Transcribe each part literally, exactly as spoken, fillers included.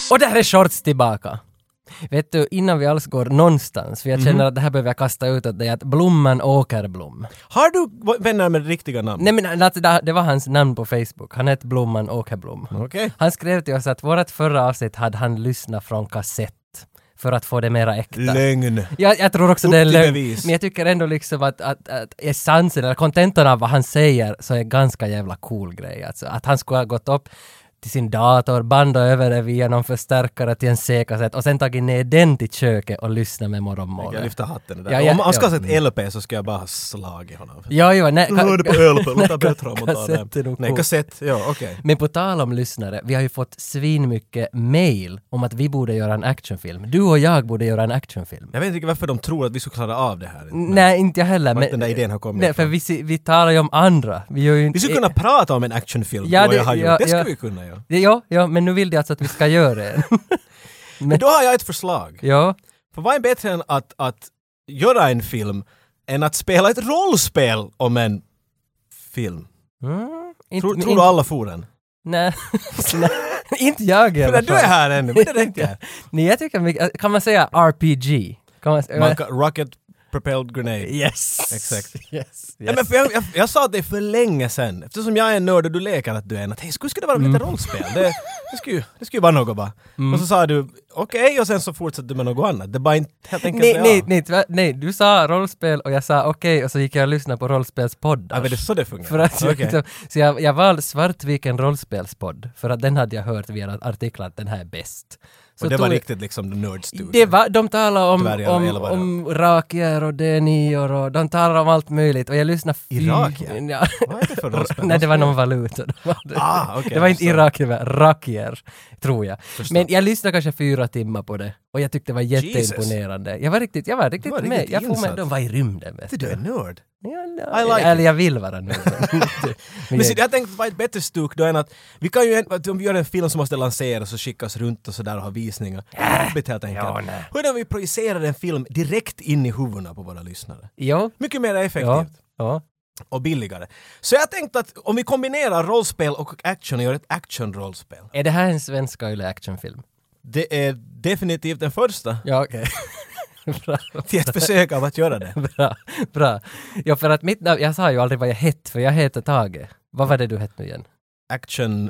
Och där är Shorts tillbaka. Vet du, innan vi alls går någonstans, för jag känner mm. att det här behöver jag kasta ut åt dig, att Blomman Åkerblom. Har du vänner med riktiga namn? Nej, men alltså, det var hans namn på Facebook. Han heter Blomman Åkerblom. Okay. Han skrev till oss att vårt förra avsnitt hade han lyssnat från kassett för att få det mera äkta. Lögn. Jag, jag tror också Upp det är lögn. Bevis. Men jag tycker ändå liksom att, att, att essensen eller kontentan av vad han säger så är ganska jävla cool grej. Alltså, att han skulle ha gått upp till sin dator, bandat över det via någon förstärkare till en C-kassett och sen tagit ner den till köket och lyssna med morgonmålet. Jag lyfter hatten där. Ja, ja, om han ska ja. ha sett L P så ska jag bara ha slagit honom. Ja, ja, nej. Du hörde på L P, låta bättre om att ta det. Nej, kassett, ja, okej. Okay. Men på tal om lyssnare, vi har ju fått svin mycket mail om att vi borde göra en actionfilm. Du och jag borde göra en actionfilm. Jag vet inte varför de tror att vi ska klara av det här. Men nej, inte jag heller. Men den där idén har kommit. Nej, för vi, vi talar ju om andra. Vi, gör ju inte, vi skulle kunna prata om en actionfilm. Ja, det, jag har ja, gjort. det skulle ja, vi kunna göra. Ja, ja, men nu vill de alltså att vi ska göra det. men, men då har jag ett förslag. Ja. För vad är bättre än att, att göra en film än att spela ett rollspel om en film? Mm, inte, tror tror in, du alla får den? Nej, inte jag i alla fall. Du är här ännu, men det räcker. Nej, jag tycker, kan man säga R P G? Kan man, man kan, rocket Propelled Grenade. Yes! Exakt. Yes, yes. Ja, men för jag, jag, jag sa det för länge sedan. Eftersom jag är en nörd och du leker att du är en. Att hej, skulle det vara mm. lite rollspel? Det, det, skulle, det skulle vara något bara. Mm. Och så sa du okej, okay, och sen så fortsatte du med något annat. Det bara inte helt enkelt nej, nej, ja. nej, nej, nej, du sa rollspel och jag sa okej okay, och så gick jag och lyssnade på rollspelspoddar. Ja, men det är så det fungerar. För att, okay. så, så jag, jag valde Svartviken rollspelspodd för att den hade jag hört via artiklar att den här är bäst. Så och det var tog, riktigt liksom the nerd studio. Det var, de talar om, om, om, om rakier och D nio och de talar om allt möjligt och jag lyssnade Irakier? Ja. Vad är det för rollspel? Nej, det var någon valuta. Det var, ah, okay, det var inte irakier, det var rakier, tror jag. Förstå. Men jag lyssnade kanske fyra timmar på det och jag tyckte det var jätteimponerande. Jesus. Jag var riktigt, jag var riktigt var med. Riktigt jag får med, de var i rymden. Vet du är nörd. Ja, I like eller jag vill vara nörd. Men så, jag tänkte att det var ett bättre stuk då än att vi kan ju, om vi gör en film som måste lanseras och skickas runt och sådär och ha visningar. Jobbigt helt enkelt. Ja, hur om vi projicerar en film direkt in i huvudena på våra lyssnare? Ja. Mycket mer effektivt. Ja. Ja. Och billigare. Så jag tänkte att om vi kombinerar rollspel och action och gör ett action-rollspel. Är det här en svenska eller actionfilm? Det är definitivt den första. Ja, okej. Okay. Bra. Till ett försök av att göra det. Bra, bra. Ja, för att mitt namn, jag sa ju aldrig vad jag hette, för jag heter Tage. Vad var det du hette nu igen? Action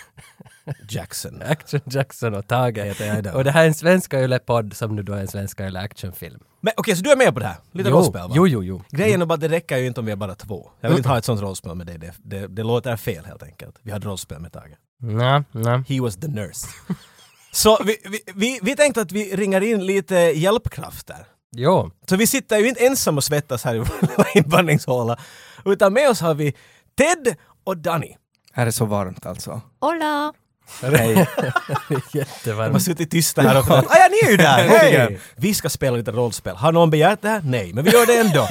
Jackson. Action Jackson och Tage heter jag idag. Och det här är en svenska yle-podd som nu då är en svenska yle-actionfilm. Men okej, okay, så du är med på det här? Lite jo, rollspel va? Jo, jo, jo. Grejen är bara att det räcker ju inte om vi är bara två. Jag vill inte ha ett sånt rollspel med dig. Det, det, det låter fel helt enkelt. Vi hade rollspel med Tage. Nej, nej. He was the nurse. Så vi, vi, vi, vi tänkte att vi ringar in lite hjälpkraft där. Jo. Så vi sitter ju inte ensam och svettas här i invandringshåla. Utan med oss har vi Ted och Danny. Här är så varmt alltså. Hola! Hej. Jättevarmt. De har suttit tysta här och pratat. Ah, ja, ni är ju där! Hej! Vi ska spela lite rollspel. Har någon begärt det här? Nej, men vi gör det ändå.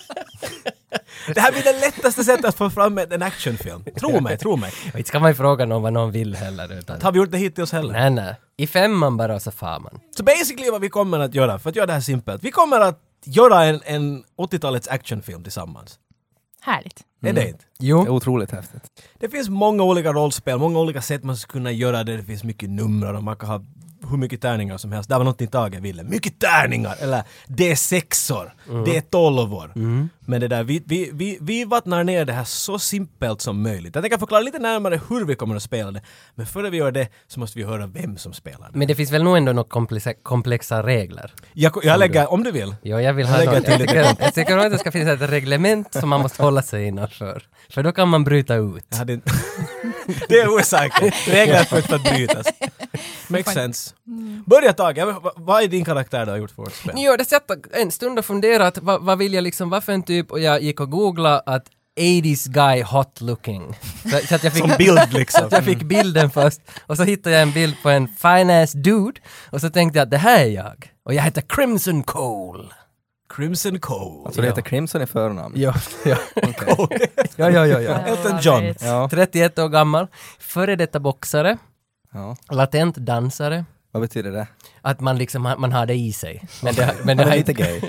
Det här blir det lättaste sättet att få fram en actionfilm. Tro mig, tro mig. Inte ska man ju fråga någon vad någon vill heller. Utan... Har vi gjort det hittills heller? Nej, nej. I femman bara så far man. Så basically vad vi kommer att göra, för att göra det här simpelt. Vi kommer att göra en, en åttiotalets actionfilm tillsammans. Härligt. Mm. Är det inte? Jo. Det är otroligt häftigt. Det finns många olika rollspel, många olika sätt man ska kunna göra det. Det finns mycket nummer och man kan ha hur mycket tärningar som helst. Det var något Tage ville. Mycket tärningar! Eller D sex-or. Mm. D tolv-or. Mm. Men det där, vi, vi, vi, vi vattnar ner det här så simpelt som möjligt. Jag tänker förklara lite närmare hur vi kommer att spela det. Men före vi gör det så måste vi höra vem som spelar det. Men det finns väl nog ändå några komplexa, komplexa regler? Jag, jag lägger, du... om du vill. Ja, jag vill ha något. Jag tycker, jag tycker att det ska finnas ett reglement som man måste hålla sig innanför. För då kan man bryta ut. Jag hade inte... Det är osäkert. Regler för att brytas. Makes sense. Mm. Börja Tage, vad är din karaktär du har gjort för vårt spel? Jo, det satt en stund och funderat, vad, vad vill jag liksom, vad för en typ, och jag gick och googlade att eighties guy hot looking. Så, så att jag fick, som bild liksom. Jag fick bilden först, och så hittade jag en bild på en fine ass dude, och så tänkte jag att det här är jag. Och jag heter Crimson Cole. Crimson Cole. Alltså det heter Crimson i förnamn? Ja, ja. Okay. ja, ja, ja, ja. Elton John. Ja. trettioett år gammal. Före detta boxare. Ja. Latent dansare. Vad betyder det? Att man liksom, man, man har det i sig. Men det, men det det är lite gay.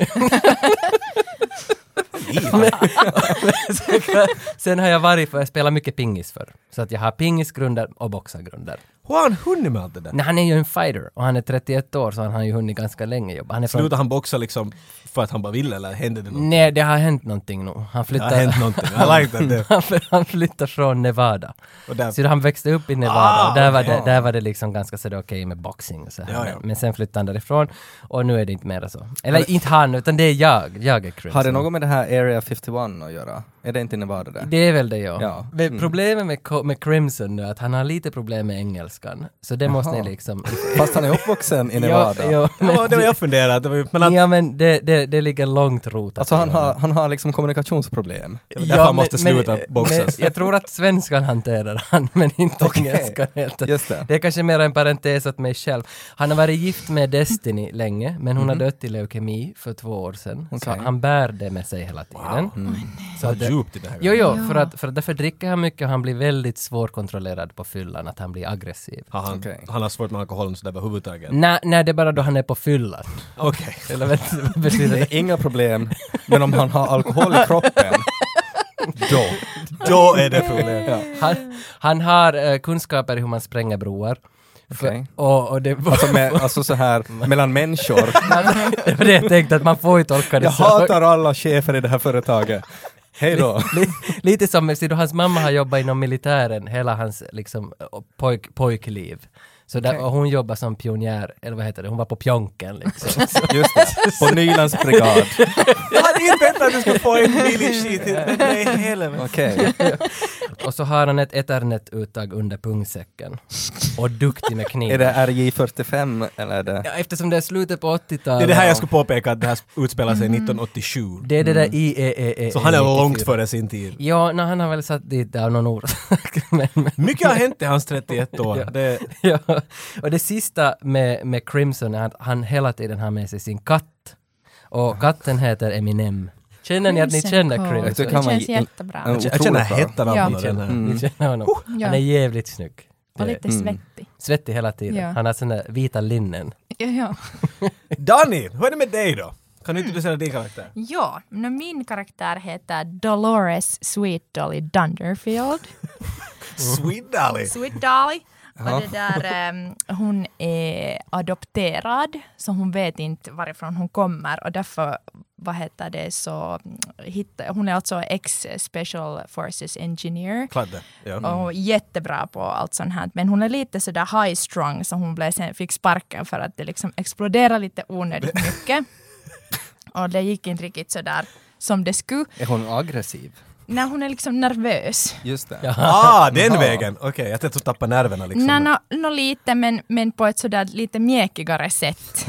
Sen har jag varit för att spela mycket pingis för. Så att jag har pingisgrunder och boxargrunder. Hur har han hunnit med allt det där? Nej, han är ju en fighter och han är trettioett år så han har ju hunnit ganska länge jobba. Han är från... Slutar han boxa liksom för att han bara vill eller hände det något? Nej, det har hänt någonting nu. Han Det flyttar... har hänt någonting. I like that. Det. han, han flyttar från Nevada. Och där... Så han växte upp i Nevada Ah, och där var, okay. det, där var det liksom ganska så okej okay med boxing och så här. Ja, ja. Men, men sen flyttade han därifrån och nu är det inte mer så. Eller det... inte han, utan det är jag. Jag är Crimson. Har det något med det här Area femtioett att göra? Är det inte i Nevada det? Det är väl det, ja. Ja. Men Mm. problemet med, Co- med Crimson nu är att han har lite problem med engelskan. Så det Jaha. måste ni liksom... Fast han är uppvuxen i Nevada. Ja, ja, men, Ja, det var jag funderade. Det var ju, men att, ja, men det, det, det ligger långt rotat. Alltså han i har, honom. han har liksom kommunikationsproblem. det var därför han måste sluta men, boxas. Men jag tror att svenskan hanterar han, men inte Okej. engelskan helt. Just det. Det är kanske mer en parentes åt mig själv. Han har varit gift med Destiny länge, men hon har dött i leukemi för två år sedan. Så Okej. han bär det med sig hela tiden. Mm. Så det- djupt i det här. Jo, jo, Ja. för, att, för att därför dricker han mycket och han blir väldigt svårkontrollerad på fyllan, att han blir aggressiv. Har han, Okej. han har svårt med alkoholen så där överhuvudtaget. Nej, nej, det är bara då han är på fyllan. Okej. Eller vet du vad betyder Det det? är inga problem, men om han har alkohol i kroppen, då. Då är det problem. Ja. Han, han har eh, kunskaper i hur man spränger broar. För- Okej. och, och det var Alltså, med, alltså så här, mellan människor. det var det jag tänkte, att man får ju tolka det Jag så. hatar alla chefer i det här företaget. Hej då. Lite som, ser du, hans mamma har jobbat inom militären hela hans liksom, pojk, pojkliv. Så där, Okej. och hon jobbar som pionjär, eller vad heter det, hon var på pjonken liksom. Så, Just det. På Nylands brigad. Jag hade inte väntat att du skulle få en billig skit. Det är helvete. Okej. och så har han ett Ethernet-uttag under pungsäcken. Och duktig med kniv. Är det R J fyrtiofem eller är det? Ja, eftersom det är slutet på åttiotalet. Det är det här jag skulle påpeka att det här utspelar sig nittonhundraåttiosju. Det är det där I E E E. Så han är långt före sin tid. Ja, no, han har väl satt dit det av någon orsak. men, men, Mycket har hänt i hans trettioett år. Ja. Det, ja. Och det sista med, med Crimson är att han hela tiden har med sig sin katt. Och katten heter Eminem. Känner ni att ni Crimson känner Cove. Crimson? Jag tycker Det han var känns i- jättebra. en- jag känner Otroligt bra. hettan av Ja. honom. Den här. Ni känner honom? Ja. Han är jävligt snygg. Och lite Mm. svettig. Svettig hela tiden. Ja. Han har såna vita linnen. Ja, ja. Danny, hur är det med dig då? Kan du introducera din karaktär? Ja, men min karaktär heter Dolores Sweet Dolly Dunderfield. Sweet Dolly. Sweet Dolly. Och det där, ehm, hon är adopterad, så hon vet inte varifrån hon kommer. Och därför, vad heter det, så hitta, hon är alltså ex-Special Forces Engineer. Kladde. Ja. Och jättebra på allt sånt här. Men hon är lite sådär high strung, så hon blev sen, fick sparken för att det liksom exploderade lite onödigt mycket. Och det gick inte riktigt sådär som det skulle. Är hon aggressiv? När hon är liksom nervös. Just det. Ja. Ah, den Jaha. vägen. Okej, jag tänkte att tappa nerverna liksom. Nej, no, no, lite, men, men på ett sådär lite mjäkigare sätt.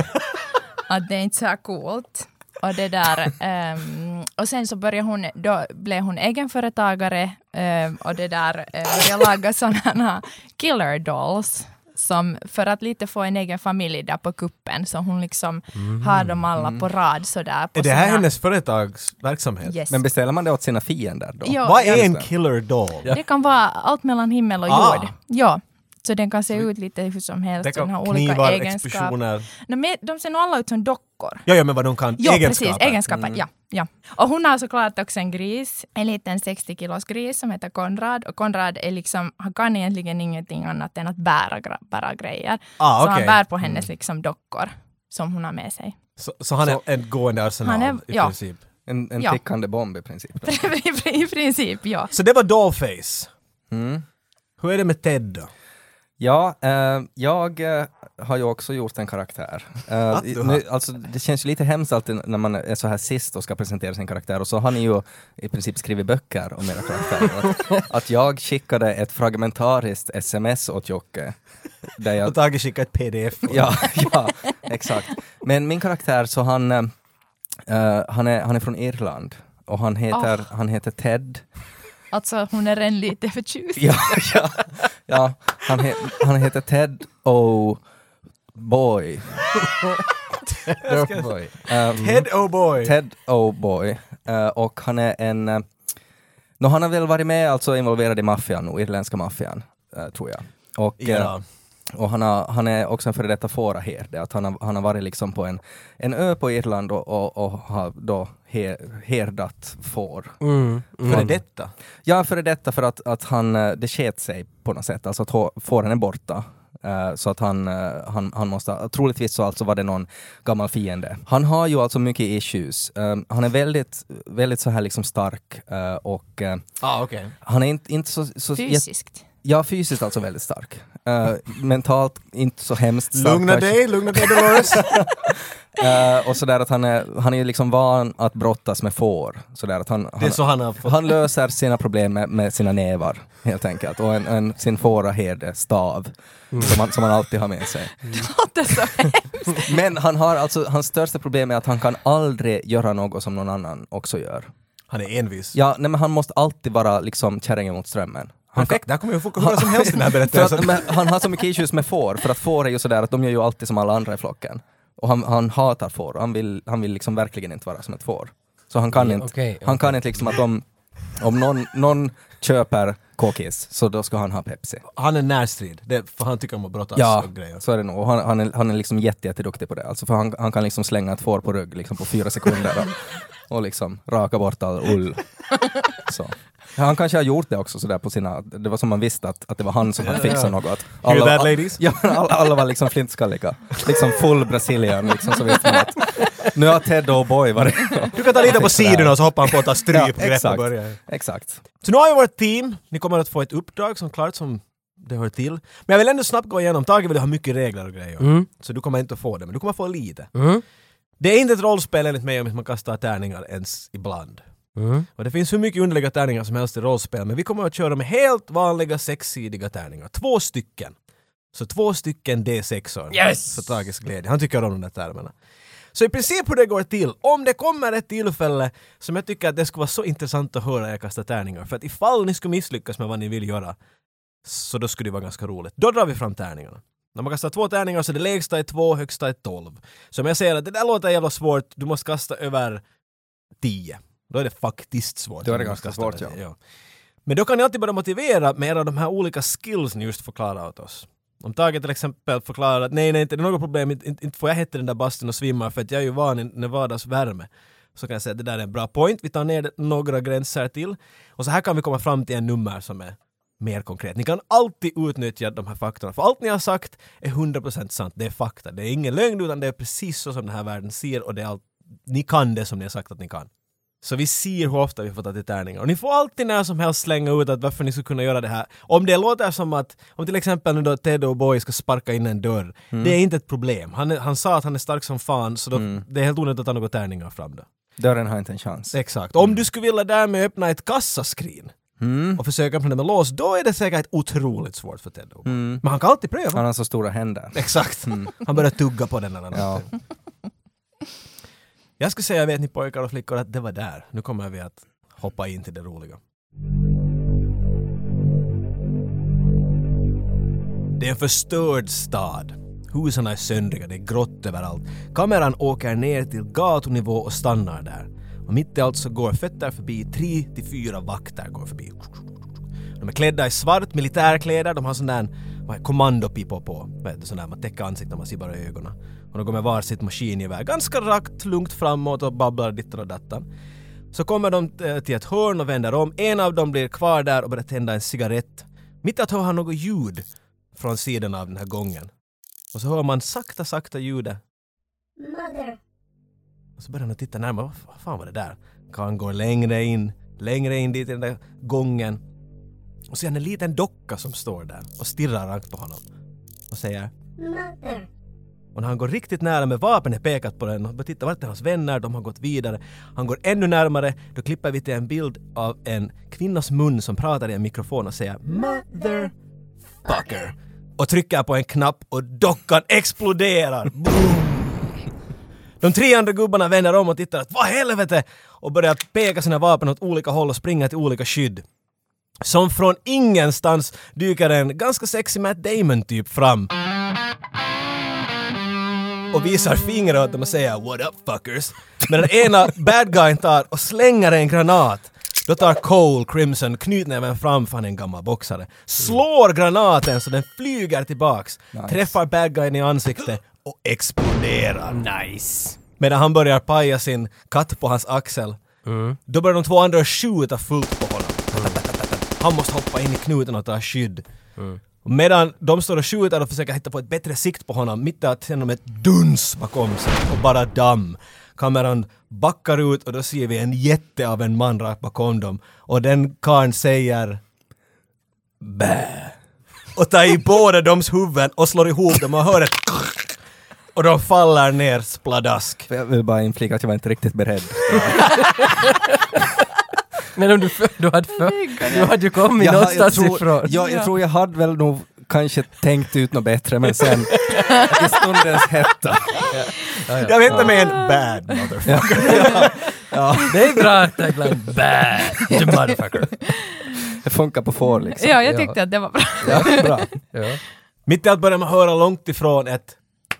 Att det är inte så här coolt. Och det där, ehm, och sen så började hon, då blev hon egenföretagare ehm, och det där eh, började laga sådana killer dolls. Som för att lite få en egen familj där på kuppen, så hon liksom har dem alla på rad sådär. På Är det här såna- hennes företagsverksamhet? Yes. Men beställer man det åt sina fiender då? Ja, Vad är ja. en killer doll? Det kan vara allt mellan himmel och Ah. jord. Ja. Så den kan se ut lite hur som helst. Det Den har kan olika knivar, egenskaper. explosioner. Nej, men de ser nog alla ut som dockor. Ja, ja, men vad de kan. Ja, egenskaper. precis. Egenskaper. Ja, ja. Och hon har såklart också en gris. En liten sextio kilos gris som heter Konrad. Och Konrad är liksom, han kan egentligen ingenting annat än att bära, gra- bära grejer. Ah, Så okej. han bär på hennes liksom dockor som hon har med sig. Så, så han är Så- en gående arsenal Han är- i ja. princip. En, en Ja. tickande bomb i princip. Då. I princip, ja. Så det var Dollface. Mm. Hur är det med Ted då? Ja, eh, jag eh, har ju också gjort en karaktär. Eh, Att du har? nu, alltså, det känns ju lite hemskt alltid när man är så här sist och ska presentera sin karaktär, och så har ni ju i princip skrivit böcker om era karaktärer. Att, att jag skickade ett fragmentariskt sms åt Jocke. Där jag, Och Tage skickade ett pdf. ja, ja, exakt. Men min karaktär, så han, eh, han, är, han är från Irland och han heter, Oh. han heter Ted. Alltså hon är redan lite förtjust. Ja, ja, ja han, he, han heter Ted O. Boy. Boy. Um, Ted oh boy. Ted O. Boy. Uh, och han är en... Uh, no, han har väl varit med, alltså involverad i maffian, och irländska maffian, uh, tror jag. Och, uh, Ja. och han, har, han är också en före detta fåraherde. Att han, har, han har varit liksom på en, en ö på Irland och, och, och har då he, herdat får. Mm. För Mm. detta. Ja, före detta för att, att han, uh, det sket sig på något sätt. Alltså att hå- fåren är borta. Uh, så att han, uh, han, han måste, troligtvis så alltså var det någon gammal fiende. Han har ju alltså mycket issues. Um, han är väldigt, väldigt så här liksom stark uh, och uh, ah, okay. han är inte, inte så... så fysiskt? Ja, fysiskt alltså väldigt stark. Uh, mentalt inte så hemskt stark. Lugna dig, lugna dig Dolores. uh, och sådär att han är, han är ju liksom van att brottas med får. Sådär att han, det är så han, har fått. Han löser sina problem med, med sina nävar helt enkelt. Och en, en, sin fåraherde stav mm. som, han, som han alltid har med sig. Mm. Det är så hemskt. Men han har alltså, hans största problem är att han kan aldrig göra något som någon annan också gör. Han är envis. Ja, nej, men han måste alltid vara liksom kärringen mot strömmen. Han Perfekt, där kommer jag få hur som helst i den här berättelsen. Att, han har så mycket issues med får, för att får är ju sådär att de gör ju alltid som alla andra i flocken. Och han, han hatar får, han vill, han vill liksom verkligen inte vara som ett får. Så han kan ja, inte, okay, han okay. kan inte liksom att om, om någon, någon köper kåkis så då ska han ha Pepsi. Han är närstrid, det, för han tycker om att brottas ja, och grejer. Så är det nog. Han, han, är, han är liksom jätte, jätteduktig på det. Alltså för han, han kan liksom slänga ett får på rygg liksom på fyra sekunder och, och liksom raka bort all ull. Så. Ja, han kanske har gjort det också sådär på sina... Det var som man visste att, att det var han som hade fixat något. Alla, Hear that, ladies? Ja, alla, alla var liksom flintskalliga. Liksom full Brasilien, liksom, så vet man att nu har Ted och Boy varit... Du kan ta lite på sidorna och så hoppar han på att ta stryp ja, grepp och börja. Exakt. Så nu har ju vårt team, ni kommer att få ett uppdrag som klart som det hör till. Men jag vill ändå snabbt gå igenom, Tage vill ha mycket regler och grejer. Mm. Så du kommer inte att få det, men du kommer att få lite. Mm. Det är inte ett rollspel enligt mig om man kastar tärningar ens ibland. Mm. Och det finns hur mycket underliga tärningar som helst i rollspel, men vi kommer att köra med helt vanliga sexsidiga tärningar. Två stycken. Så två stycken D sex-or. Yes! För Tages glädje. Han tycker om de där termerna. Så i princip hur det går till, om det kommer ett tillfälle som jag tycker att det skulle vara så intressant att höra er kasta tärningar, för att ifall ni skulle misslyckas med vad ni vill göra, så då skulle det vara ganska roligt. Då drar vi fram tärningarna. När man kastar två tärningar så det lägsta är två, högsta är tolv. Så om jag säger att det där låter jävla svårt, du måste kasta över tio. Då är det faktiskt svårt. Då är det ganska svårt, ja. ja. Men då kan ni alltid börja motivera med era de här olika skills ni just förklarar åt oss. Om Tage till exempel förklarar att nej, nej, inte det är något problem, inte, inte får jag hetta den där bastun och svimma för att jag är ju van i Nevadas värme. Så kan jag säga att det där är en bra point. Vi tar ner några gränser till. Och så här kan vi komma fram till en nummer som är mer konkret. Ni kan alltid utnyttja de här faktorna. För allt ni har sagt är hundra procent sant. Det är fakta. Det är ingen lögn utan det är precis så som den här världen ser och det är allt. Ni kan det som ni har sagt att ni kan. Så vi ser hur ofta vi får ta till tärningar. Och ni får alltid när som helst slänga ut att varför ni ska kunna göra det här. Om det låter som att, om till exempel nu då Ted och Boy ska sparka in en dörr. Mm. Det är inte ett problem. Han, är, han sa att han är stark som fan så då, mm. det är helt onödigt att ta några tärningar fram då. Dörren har inte en chans. Exakt. Om mm. du skulle vilja därmed öppna ett kassaskrin mm. och försöka öppna det med lås, då är det säkert otroligt svårt för Ted och Boy. Mm. Men han kan alltid pröva. Han har så stora händer. Exakt. Mm. Han börjar tugga på den. Ja. Jag skulle säga, vet ni pojkar och flickor, att det var där. Nu kommer vi att hoppa in till det roliga. Det är en förstörd stad. Husen är söndriga, det är grått överallt. Kameran åker ner till gatunivå och stannar där. Och mitt i allt så går fötter förbi, tre till fyra vakter går förbi. De är klädda i svart militärkläder, de har sån där kommandopipor på. Vet du, sån där man täcker ansiktet, man ser bara ögonen. Och de går med varsitt maskingevär ganska rakt, lugnt framåt och babblar dittan och dattan. Så kommer de till ett hörn och vänder om. En av dem blir kvar där och börjar tända en cigarett. Mitt att hör han något ljud från sidan av den här gången. Och så hör man sakta, sakta ljudet. Mother. Och så börjar han titta närmare. Vad fan var det där? Han går längre in, längre in dit i den där gången. Och så är det en liten docka som står där och stirrar rakt på honom. Och säger Mother. Och när han går riktigt nära med vapnet pekat på den och tittar vart är hans vänner, de har gått vidare. Han går ännu närmare, då klipper vi till en bild av en kvinnas mun som pratar i en mikrofon och säger Motherfucker. Och trycker på en knapp och dockan exploderar. Boom! De tre andra gubbarna vänder om och tittar att vad helvete! Och börjar peka sina vapen åt olika håll och springa till olika skydd. Som från ingenstans dyker en ganska sexy Matt Damon typ fram. Och visar fingrar åt dem och säger what up fuckers. Men den ena bad guyen tar och slänger en granat. Då tar Cole Crimson knytnäven fram för han är en gammal boxare. Slår granaten så den flyger tillbaks. Nice. Träffar bad guyen i ansiktet och exploderar. Nice. Medan han börjar paja sin katt på hans axel. Mm. Då börjar de två andra skjuta fullt på honom. Mm. Han måste hoppa in i knuten och ta skydd. Mm. Och medan de står och skjuter och försöker hitta på ett bättre sikt på honom, mitt i att känna ett duns bakom sig och bara damm. Kameran backar ut och då ser vi en jätte av en man rakt bakom dem. Och den karln säger bä. Och tar i båda dems huvuden och slår ihop dem och hör ett och de faller ner spladask. Jag vill bara inflika att jag var inte riktigt beredd. Men om du, du hade för, du hade ju kommit jag, någonstans jag tror, ifrån. Ja, jag tror jag hade väl nog kanske tänkt ut något bättre, men sen i stundens hetta. Ja, ja. Jag vet inte med en bad motherfucker. Ja, ja. Det är bra att jag ibland bad the motherfucker. Det funkar på får liksom. Ja, jag tyckte att det var bra. Ja, bra. Ja. Mitt i allt börjar man höra långt ifrån ett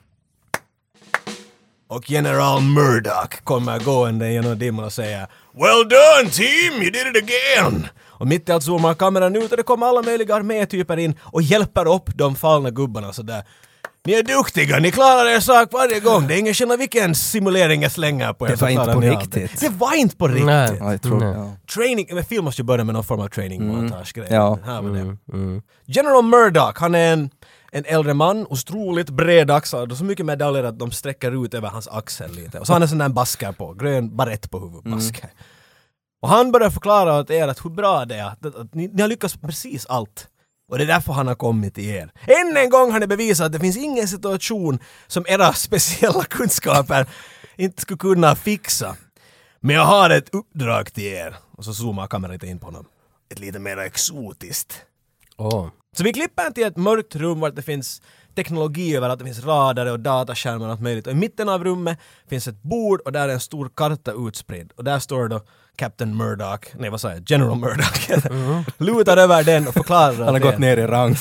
och General Murdoch kommer gående genom dimman och säger well done team, you did it again! Och mitt i allt zoomar kameran ut och det kommer alla möjliga armétyper in och hjälper upp de fallna gubbarna sådär. Ni är duktiga, ni klarar er sak varje gång. Det är ingen skillnad vilken simulering jag slänger på er. Det var inte på ni riktigt. Det var inte på riktigt. Nej. Ja, jag tror, Nej. ja. Training, men film måste ju börja med någon form av training-montage-grej. Ja. Här var det. Mm, mm. General Murdoch, han är en, en äldre man, otroligt bredaxad och så mycket medaljer att de sträcker ut över hans axel lite. Och så har han en sån där basker på, grön barett på huvudet, basker. Mm. Och han börjar förklara åt er att hur bra det är, att, att, att ni, ni har lyckats precis allt. Och det är därför han har kommit till er. Än en gång har ni bevisat att det finns ingen situation som era speciella kunskaper inte skulle kunna fixa. Men jag har ett uppdrag till er. Och så zoomar kameran lite in på honom. Ett lite mer exotiskt. Oh. Så vi klipper till ett mörkt rum där det finns teknologi över att det finns radare och dataskärmar och allt möjligt. Och i mitten av rummet finns ett bord och där är en stor karta utspridd. Och där står då Captain Murdoch, nej vad sa jag, General Murdoch. Mm. Lutar över den och förklarar Han har gått ner i rang.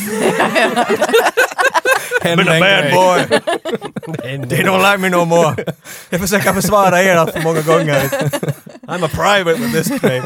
I'm a bad boy. They don't like me no more. Jag försöker försvara er allt för många gånger. I'm a private with this thing.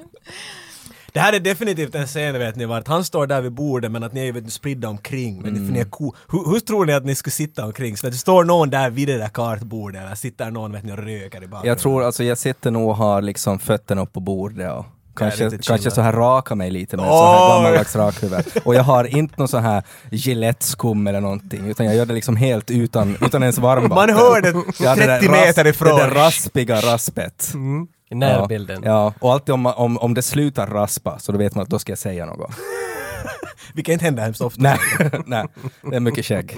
Det här är definitivt en scen, vet ni, var att han står där vid bordet men att ni är vet, spridda omkring. Men mm. ni är cool. hur, hur tror ni att ni skulle sitta omkring? Så att det står någon där vid det där kartbordet eller sitter någon vet ni, och röker i bakgrunden? Jag tror, alltså jag sitter nog och har liksom fötterna upp på bordet och kanske, kanske kanske så här raka mig lite med oh! så här gammaldags rakhuvud. Och jag har inte någon så här Gillette-skum eller någonting, utan jag gör det liksom helt utan, utan ens varmvatten. Man hör det trettio meter ifrån. Det där raspiga raspet. Mm. I närbilden. Ja, ja, och alltid om, om, om det slutar raspa så då vet man att då ska jag säga något. Vi kan inte hända hemskt ofta. Nej, nej, det är mycket skägg.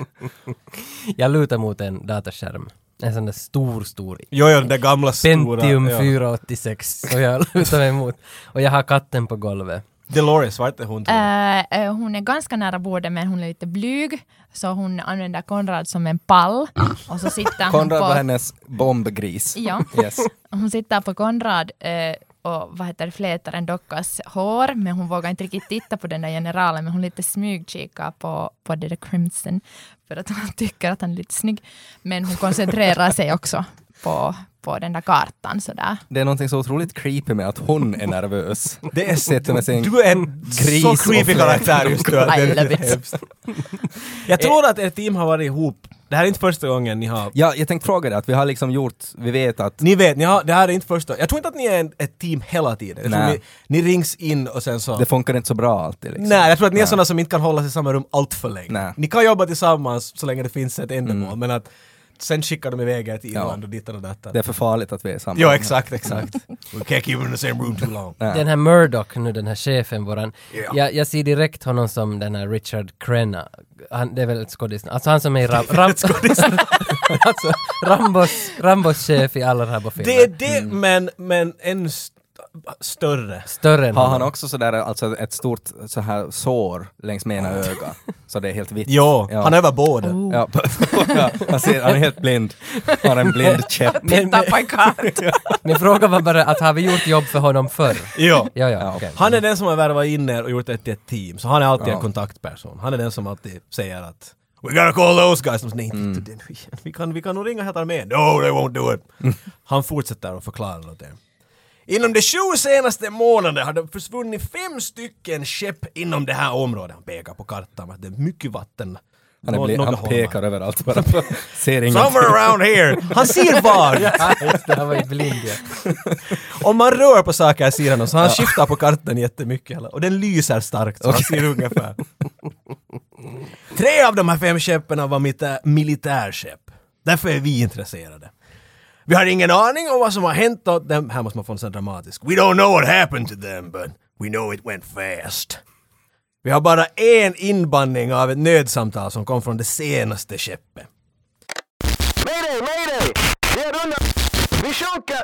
Jag lutar mot en dataskärm. En sån där stor, stor. Jo, jo, den där gamla stora. Pentium ja. fyra åttiosex. Och jag lutar mig emot. Och jag har katten på golvet. Dolores, vart är hon? Uh, uh, hon är ganska nära bordet men hon är lite blyg. Så hon använder Konrad som en pall. Och så sitter hon Konrad på... var hennes bombgris. Ja. Yes. Hon sitter på Konrad uh, och vad heter det, flätar en dockas hår. Men hon vågar inte riktigt titta på den där generalen. Men hon lite smygkikar på, på det där Crimson. För att hon tycker att han är lite snygg. Men hon koncentrerar sig också på... på den där kartan sådär. Det är någonting så otroligt creepy med att hon är nervös. Det är Sitter med sin du är en gris så creepy karaktär just nu. I love it. Jag tror att ert team har varit ihop. Det här är inte första gången ni har... Ja, jag tänkte fråga det, att vi har liksom gjort, vi vet att... Ni vet, ni har, det här är inte första... Jag tror inte att ni är en, ett team hela tiden. Jag tror Nej. ni, ni rings in och sen så... Det funkar inte så bra alltid liksom. Nej, jag tror att ni är Nej. sådana som inte kan hålla sig i samma rum allt för länge. Nej. Ni kan jobba tillsammans så länge det finns ett ändamål, Mm. men att sen skickar de iväg er till Ja. Irland och dittan och detta. Det är för farligt att vi är samma. Jo, exakt, exakt. We can't keep them in the same room too long. Ja. Den här Murdoch nu, den här chefen våran. Ja. Jag, jag ser direkt honom som den här Richard Crenna. Han, det är väl ett skådis. Alltså han som är Ram, Ram, alltså, Rambos, Rambos chef i alla Rambo-filmer. Det är det, men, men en st- större. Större än Har honom. han också sådär, alltså ett stort så här sår längs med ena öga? Så det är helt vitt. Jo, Ja. han är över båda. Oh. Ja, ja, han, ser, han är helt blind. Han har en blind käpp. Men, men, Tappa en kart. min fråga var bara att har vi gjort jobb för honom förr? Jo. Ja, ja, Ja. okej. Han är den som har värvat in er och gjort det till ett team. Så han är alltid Ja. en kontaktperson. Han är den som alltid säger att we gotta call those guys. De säger, nej, Mm. inte den. Vi, vi, kan, vi kan nog ringa hela armén. No, they won't do it. Han fortsätter att förklara åt er. Inom de sju senaste månaderna har det försvunnit fem stycken skepp inom det här området. Han pekar på kartan att det är mycket vatten. Han, är Nå- blind, några han holmar. pekar överallt bara. Ser inget. Somewhere around here. Han ser var. Ja, just det, han var ju blind. Ja. Om man rör på saker ser han och så han skiftar på kartan jättemycket. Och den lyser starkt så han ser ungefär. Tre av de här fem skeppen var milita- militärskepp. Därför är vi intresserade. Vi har ingen aning om vad som har hänt åt dem. Här måste man få en sån dramatisk. We don't know what happened to them, but we know it went fast. Vi har bara en inbandning av ett nödsamtal som kom från det senaste skeppet. Mayday, mayday! Vi är under! Vi sjunker!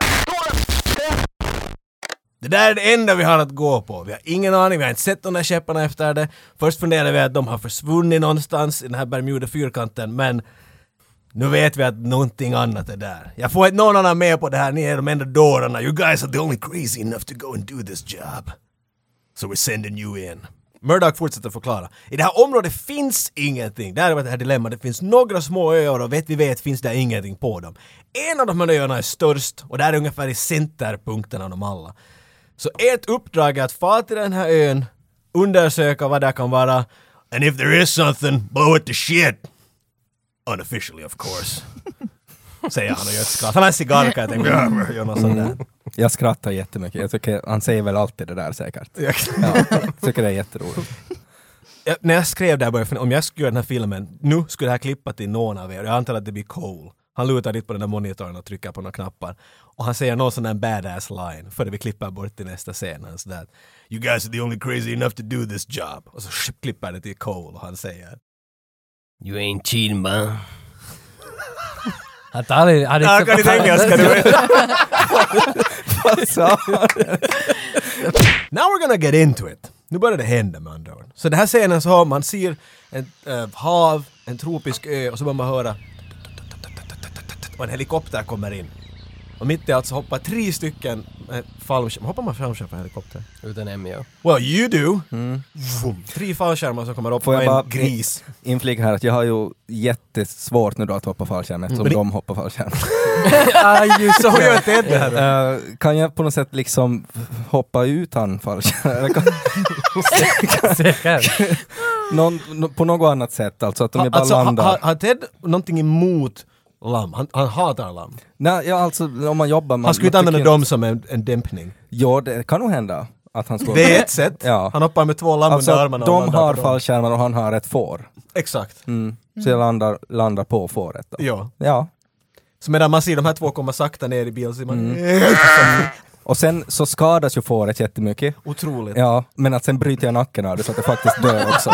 Det där är det enda vi har att gå på. Vi har ingen aning, vi har inte sett de där skepparna efter det. Först funderade vi att de har försvunnit någonstans i den här Bermuda-fyrkanten, men nu vet vi att någonting annat är där. Jag får inte någon annan med på det här, ni är de enda dårarna. You guys are the only crazy enough to go and do this job. So we're sending you in. Murdoch fortsätter förklara. I det här området finns ingenting. Där är det här dilemma. Det finns några små öar och vet vi vet finns det ingenting på dem. En av de här öarna är störst och där är ungefär i centerpunkten av dem alla. Så ert uppdrag är att fara till den här ön, undersöka vad det kan vara. And if there is something, blow it to shit. Unofficially, of course. Säger han och gör ett skratt. Han har en cigarr kan jag tänka. Gör något sånt där. Jag skrattar jättemycket. Jag tycker, han säger väl alltid det där säkert. Ja, jag tycker det är jätteroligt. Jag, när jag skrev där började, om jag skulle göra den här filmen, nu skulle det här klippa till någon av er. Jag antar att det blir Cole. Han lutar dit på den där monitorn och trycker på några knappar. Och han säger någon sån där badass line före vi klipper bort till nästa scen. Så där, you guys are the only crazy enough to do this job. Och så klipper det till Cole och han säger You ain't cheating, man. Han tar han ja, kan inte engelska, du vet. Vad sa han? Now we're gonna get into it. Nu börjar det hända med andra ord. Så den här scenen så har man ser ett äh, hav, en tropisk ö och så börjar man höra och en helikopter kommer in. Och mitt i allt så hoppar tre stycken äh, fallskärmar. Hoppar man fallskärmar på en helikopter? Utan M J O. Well, you do. Mm. Vroom. Tre fallskärmar som kommer upp Får på jag en bara gris. inflika här att jag har ju jättesvårt nu då att hoppa fallskärm eftersom Men det- de hoppar fallskärm. Ah, just så gör det det här. Uh, kan jag på något sätt liksom hoppa utan fallskärm? Eller kan- Säkert. Någon, no- på något annat sätt, alltså att de Ha, bara alltså, ha, landar. ha, har Ted någonting emot lamm? Han, han hatar lamm. Nej, ja, alltså om man jobbar... Man, Han skulle inte man använda tycker- dem som en, en dämpning. Ja, det kan nog hända att han skulle... Det är ett sätt. Ja. Han hoppar med två lamm Alltså, under armarna. och de landar har på dem. fallskärmar och han har ett får. Exakt. Mm. Så jag landar, landar på fåret då. Ja. Ja. Så medan man ser de här två komma sakta ner i bilen så är man... Och sen så skadas ju fåret jättemycket. Otroligt. Ja, men att sen bryter jag nacken av det så att det faktiskt dör också.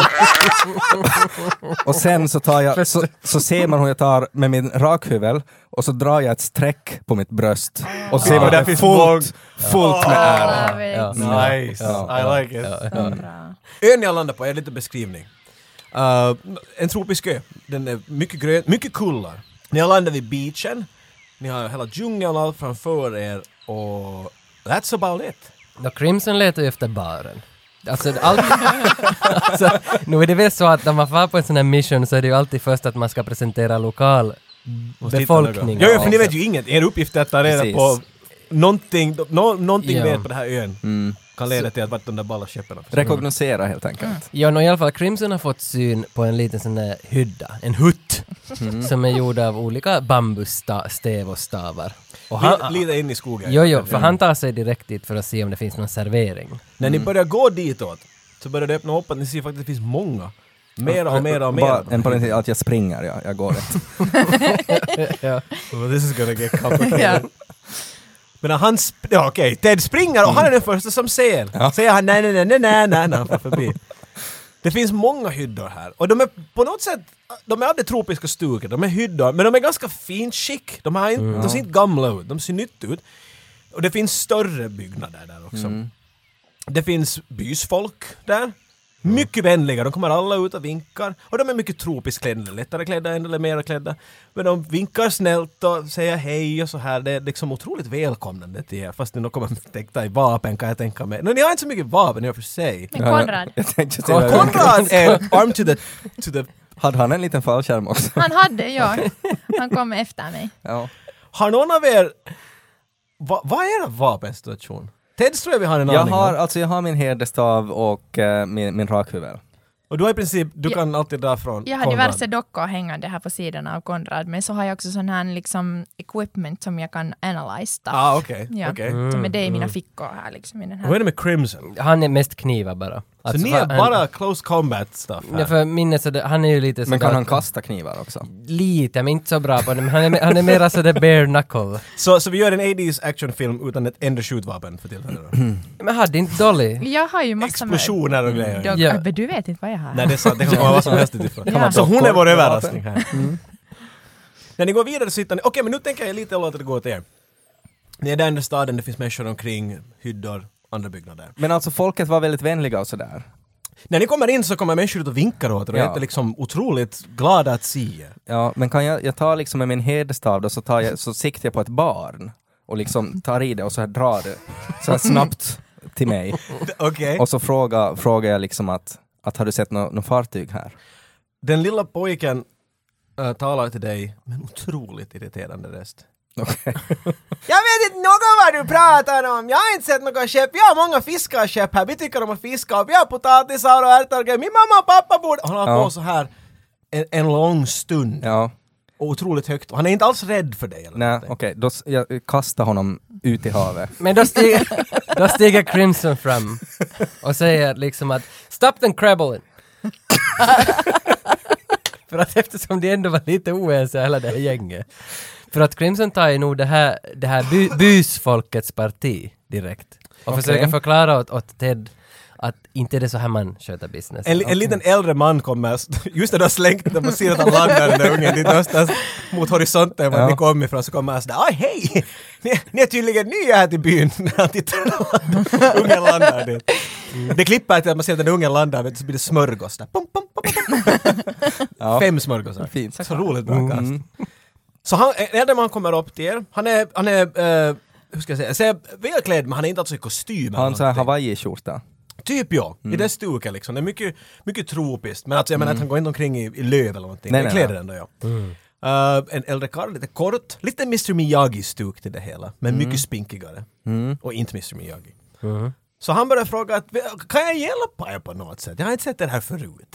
Och sen så tar jag, så, så ser man hur jag tar med min rakhyvel och så drar jag ett streck på mitt bröst. Och ser Ja, man där det finns fullt, fullt med ärr. Ja, vet. Ja. Nice. Ja. I like it. Så bra. Ön jag landar på är lite beskrivning. Uh, en tropisk ö. Den är mycket grön, mycket kullar. Ni har landat vid beachen. Ni har hela djungeln och allt framför er. Och that's about it. Då Crimson letar ju efter baren. Alltså, allt, alltså, nu är det väl så att när man får på en sån här mission så är det ju alltid först att man ska presentera lokal befolkning. Ja, ja, för ni vet ju inget. Er uppgift är att ta reda Precis. på någonting, no, någonting Ja. vet på den här ön. Mm. Kan leda till att vart de där ballaskeppen försvinner. Rekognosera helt enkelt. Ja, no, i alla fall Crimson har fått syn på en liten sån där hydda, en hutt, som är gjord av olika bambusstäv och stavar. Och han, Lite, lite in i skogen. jo, jo, för han tar sig direkt dit för att se om det finns någon servering. När ni börjar gå ditåt så börjar det öppna upp att ni ser faktiskt att det finns många. Mera och mera och Bara mera. en parentes att jag springer, ja, jag går rätt. Well, this is gonna get complicated. Ja. Men när han, sp- ja okej, Ted springer och han är den första som ser. Ja. Säger han nej, nej, nej, nej, nej, nej, när han får förbi. Det finns många hyddor här. Och de är på något sätt, de är aldrig tropiska stugor, de är hyddor, men de är ganska fint skick. De, har inte, de ser inte gamla ut, de ser nytt ut. Och det finns större byggnader där också. Det finns bysfolk där. Mycket vänliga, de kommer alla ut och vinkar. Och de är mycket tropiskt klädda, lättare klädda än eller mer klädda. Men de vinkar snällt och säger hej och så här. Det är liksom otroligt välkomnande till er. Fast nu de kommer tänkta i vapen kan jag tänka mig. Men ni har inte så mycket vapen i och för sig. Men Konrad, Jag tänkte säga- Konrad är arm to the, to the... Hade han en liten fallskärm också? han hade, ja. Han kom efter mig. Ja. Har någon av er... Va, vad är er vapensituation? Ted tror jag vi har en Jag aning har, om. alltså jag har min herdestav och eh, min, min rakhyvel. Och du har i princip, du Ja. kan alltid dra från Jag har Konrad. diverse dockor hängande här på sidan av Konrad, men så har jag också sån här liksom equipment som jag kan analyse stuff. Ah, okej. Ja. okej. Som är det i mina fickor här liksom i den Vad är här. det med Crimson? Han är mest knivar bara. Så ni är bara close combat stuff här. Ja, för minnet så det, han är ju lite så Men kan där- han kasta knivar också? Lite, men inte så bra på det. Men han är, han är mer alltså det bare knuckle. Så, så vi gör en åttiotalet actionfilm utan ett enda skjutvapen för tillfället då. Men hade inte Dolly? Jag har ju massa med... Explosioner och grejer. Dog, Ja. Men du vet inte vad jag har. Nej, det är sant. Det kan komma vad som helst utifrån. Ja. Så hon är dockor vår med överraskning här. När ni går vidare så hittar ni... Okej, men nu tänker jag lite låta det gå till er. Ni är där i staden, det finns människor omkring, hyddor, andra byggnader. Men alltså folket var väldigt vänliga och sådär. När ni kommer in så kommer människor ut och vinkar åt er och Ja. är liksom otroligt glada att se er. Ja, men kan jag, jag tar liksom med min hederstav då, så, tar jag, så siktar jag på ett barn och liksom tar i det och så här drar det så här snabbt till mig. Okej. Och så frågar, frågar jag liksom att, att har du sett något no fartyg här? Den lilla pojken äh, talar till dig med en otroligt irriterande röst. Okej. Jag vet inte något vad du pratar om. Jag har inte sett något skepp. Vi har många fiskarskepp här. Vi tycker om att fiska och vi har potatisar och ärtor. Min mamma och pappa borde... Han har Ja. på så här en, en lång stund. Ja, Och otroligt högt. Och han är inte alls rädd för dig. Eller nej, någonting. okej. Då s- jag kastar honom ut i havet. Men då stiger, då stiger Crimson fram och säger liksom att stop den crabbling. För att eftersom de ändå var lite oense hela det här gänget. För att Crimson tar ju nog det här, det här by, bysfolkets parti direkt. Och Okej. försöker förklara åt, åt Ted att inte är det så här man sköter business. En, en liten äldre man kommer, just när du har slängt den, man ser att han landar den där ungen dit någonstans mot horisonten var Ja. ni kom ifrån, så kommer han sådär ”Aj, hej! Ni, ni är tydligen nya här till byn” när han tittar och ungen landar dit. Det klipper till att man ser att den ungen landar, vet du, så blir det smörgås där. Pum, pum, pum, pum, pum. Ja. Fem smörgåsar. Fint. Så roligt bra kast. Mm. Så han, en äldre man kommer upp till er, han är, han är eh, hur ska jag säga, jag säger välklädd men han är inte alltså i kostym. eller Han så här någonting. Hawaii-skjorta. Typ ja, Mm. i det stuket liksom. Det är mycket, mycket tropiskt. Men alltså, jag menar att han går inte omkring i, i löv eller någonting. Nej, Nej, nej, kläder nej. ändå ja. Uh, en äldre karl, lite kort. Lite mister Miyagi-stuk till det hela. Men mycket spinkigare. Mm. Och inte mister Miyagi. Så han börjar fråga att kan jag hjälpa er på något sätt? Jag har inte sett det här förut.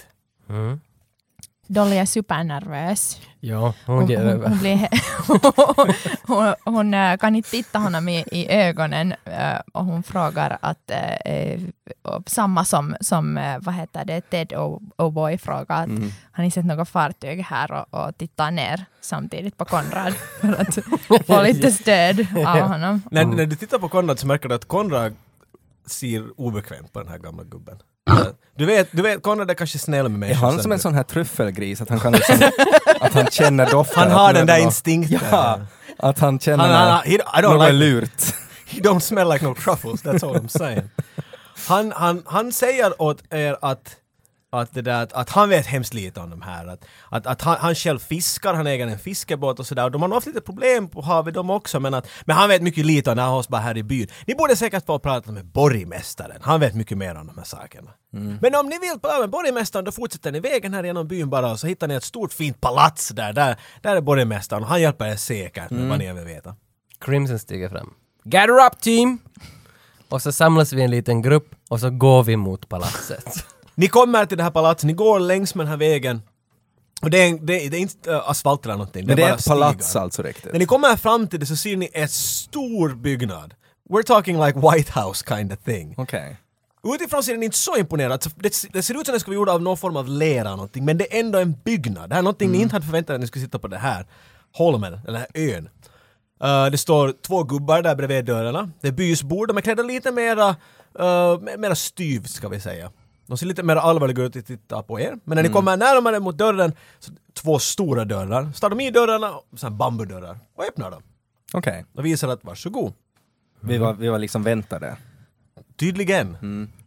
Dolly är supernervös. Ja, hon Hon, ger hon, över. hon, blir, hon, hon äh, kan inte titta honom i, i ögonen äh, och hon frågar att äh, äh, samma som, som äh, vad heter det, Ted och O'Boy frågar att Mm. har ni sett något fartyg här och, och tittar ner samtidigt på Konrad för att få lite stöd av honom. När, när du tittar på Konrad så märker du att Konrad ser obekvämt på den här gamla gubben. Du vet, du vet Konrad är kanske snäll med mig. Är han som en sån här truffelgris? Att han kan liksom, att han känner doften? Han att har nu är den det där något- instinkten. Ja, att han känner Han, han, han, he, I don't något like lurt. He don't smell like no truffles, that's all I'm saying. Han, han, han säger åt er att, att, det där, att, att han vet hemskt lite om de här. Att, att, att han, han själv fiskar, han äger en fiskebåt och sådär. Och de har nog haft lite problem på havet de också. Men, att, men han vet mycket lite om det här hos bara här i byn. Ni borde säkert få prata med borgmästaren. Han vet mycket mer om de här sakerna. Men om ni vill prata med borgmästaren då fortsätter ni vägen här genom byn bara och så hittar ni ett stort fint palats där. Där, där är borgmästaren och han hjälper er säkert med vad ni vill veta. Crimson stiger fram. Gather up team! Och så samlas vi en liten grupp och så går vi mot palatset. Ni kommer till det här palatset, ni går längs med den här vägen. Och det är, det, det är inte äh, asfalt eller någonting. Men det är bara ett palats stigar. alltså riktigt. När ni kommer fram till det så ser ni ett stor byggnad. We're talking like White House kind of thing. Okej. Utifrån ser den inte så imponerad. Så Det, det ser ut som det ska vara gjort av någon form av lera eller någonting. Men det är ändå en byggnad. Det här är någonting ni inte hade förväntat er att ni skulle sitta på det här holmen, eller den här ön. Uh, det står två gubbar där bredvid dörrarna. Det är bysbord. De är klädda lite mera, uh, mera styvt ska vi säga. De ser lite mer allvarliga ut att titta på er. Men när ni kommer närmare mot dörren, så två stora dörrar. Så tar de i dörrarna, så här bambudörrar, och öppnar dem. Okej. Och visar att varsågod. Vi var, vi var liksom väntade. Tydligen.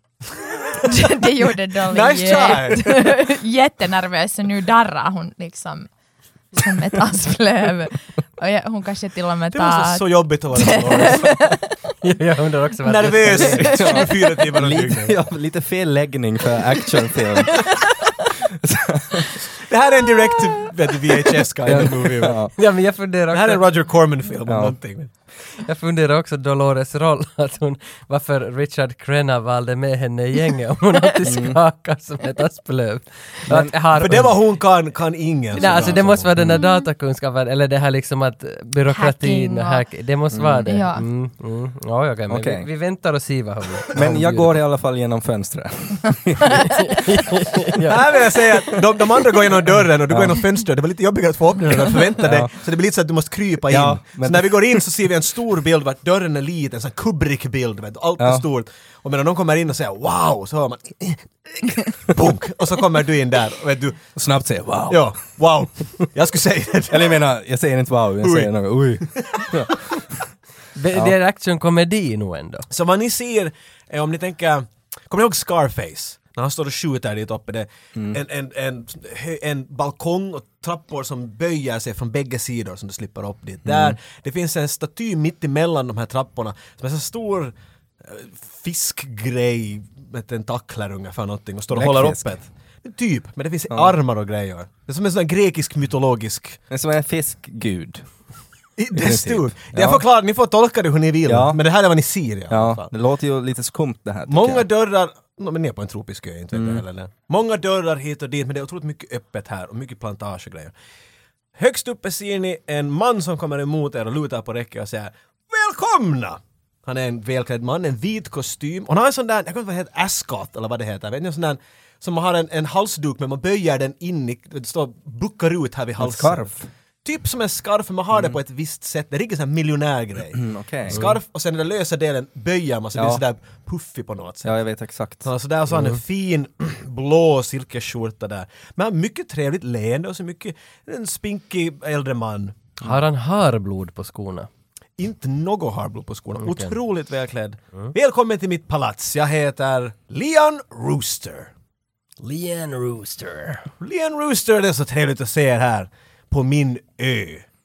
Det gjorde Dolly Nice try! jätte, jättenervös och nu darrar hon liksom som ett asplöv. Och jag, hon kanske till och med Det måste vara tar... så jobbigt att vara så Jag undrar också vad nervös i fyra timmar och Lite, dygnet. ja, lite fel läggning för actionfilm. Det här är en direct vet du, V H S kind of movie. Ja. Ja, men jag funderar Det här är en också. Roger Corman-film om Ja. någonting. Jag funderar också Dolores roll, att hon, varför Richard Crenna valde med henne i gänget om hon alltid skakar som ett asplöv. Att jag har- För det var hon kan, kan ingen. Nej, så alltså bra det som måste hon. vara den där datakunskapen, eller det här liksom att byråkratin Hacking och och- hack, det måste vara det. Ja. Mm, mm. Ja, okej, men Okej. Vi, vi väntar och ser vad hon Men jag går i alla fall genom fönstret. Här vill jag säga att de, de andra går genom dörren och du går genom fönstret. Det var lite jobbigare att få öppna den än förvänta dig. Ja. Så det blir lite så att du måste krypa in. Ja, men- Så när vi går in så ser vi en stor bild vart dörren är liten, en sån Kubrick-bild, vet du, allt är Ja. stort. Och medan de kommer in och säger wow, så hör man bunk, och så kommer du in där och vet du, Och snabbt säger wow. ja, wow. Jag skulle säga det. Eller jag menar, jag säger inte wow, jag Oj. säger något oj. Det det är actionkomedi nog ändå. Så vad ni ser, är om ni tänker, kommer ni ihåg Scarface? När han står och skjuter dit uppe, det Mm. en, en, en, en balkong och trappor som böjer sig från bägge sidor som du slipper upp dit. Mm. Där, det finns en staty mitt emellan de här trapporna som är så stor eh, fiskgrej med tentakler ungefär någonting och står och håller Bläckfisk. öppet. Typ, men det finns Ja. armar och grejer. Det är som en sån här grekisk mytologisk. Det är som en fiskgud. I- Det är princip. stort. Det är Ja. förklarat, ni får tolka det hur ni vill. Ja. Men det här är vad ni ser i alla Ja, fall. det låter ju lite skumt det här. tycker Många jag. dörrar, no, men ni är på en tropisk ö, inte vet Mm. jag heller. det. Många dörrar hit och dit, men det är otroligt mycket öppet här och mycket plantage och grejer. Högst uppe ser ni en man som kommer emot er och lutar på räcket och säger välkomna! Han är en välklädd man, en vit kostym. Och han har en sån där, jag vet inte vad det heter, ascot eller vad det heter. Vet ni, en sån där som har en, en halsduk men man böjer den in i, det står buckar ut här vid En halsen. skarf. Typ som en skarf, men man har det på ett visst sätt. Det är riktigt en sån här miljonärgrej. Mm, okej. Skarf och sen den lösa delen böjer man så det Ja. blir sådär puffig på något sätt. Ja, jag vet exakt. Så där så har han en fin blå silkesskjorta där. Men han har mycket trevligt leende och så mycket en spinkig äldre man. Har han harblod på skorna? Inte något harblod på skorna. Okej. Otroligt välklädd. Välkommen till mitt palats. Jag heter Leon Rooster. Leanne Rooster. Leon Rooster, det är så trevligt att se er här på min ö.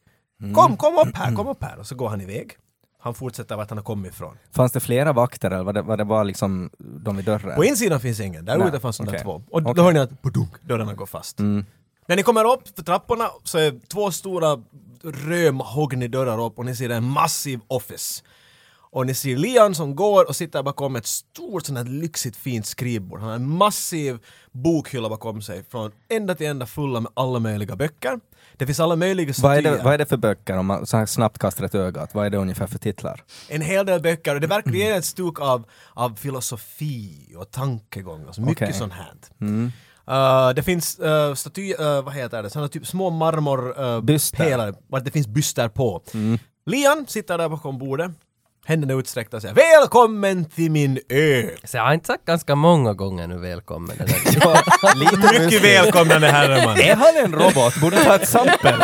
Kom, kom upp här, kom upp här. Och så går han iväg. Han fortsätter vart han har kommit ifrån. Fanns det flera vakter eller var det, var det bara liksom de vid dörren? På insidan finns ingen, där Nej, ute fanns de där okej. två. Och då Okej. hör ni att budunk, dörrarna går fast. Mm. När ni kommer upp för trapporna så är två stora rödmahogny-dörrar upp och ni ser en massiv office. Och ni ser Leon som går och sitter bakom ett stort sånt här lyxigt fint skrivbord. Han har en massiv bokhylla bakom sig från ända till ända fulla med alla möjliga böcker. Det finns alla möjliga Vad är, statyer. det, vad är det för böcker om man så här snabbt kastar ett öga? Att vad är det ungefär för titlar? En hel del böcker och det verkar ge ett stuk av, av filosofi och tankegångar. Så mycket Okej. sånt här. Mm. Uh, det finns uh, statyer, uh, vad heter det, sådana typ små marmor uh, Byster. pelare, vart det finns byster på. Mm. Leon sitter där bakom bordet, händerna utsträckta och säger välkommen till min ö. Så jag har inte sagt ganska många gånger nu välkommen. Den där. Ja, lite Mycket lustigt. välkomnande herre man. Är han en robot? Borde ta ett sampel.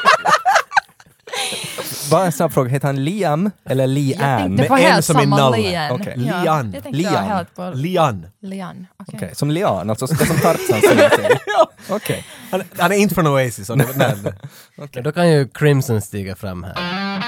Bara en snabb fråga, heter han Liam eller Jag Lian? tänkte Med på en helt som är samma nalle. Lian. Okej. Ja, Lian. jag tänkte Lian. helt på Lian. Lian. Okej. Okej, som Lian, alltså det är som Tarzan som jag säger. Okej. Han, han är inte från Oasis. Han är, nej, nej. Men då kan ju Crimson stiga fram här.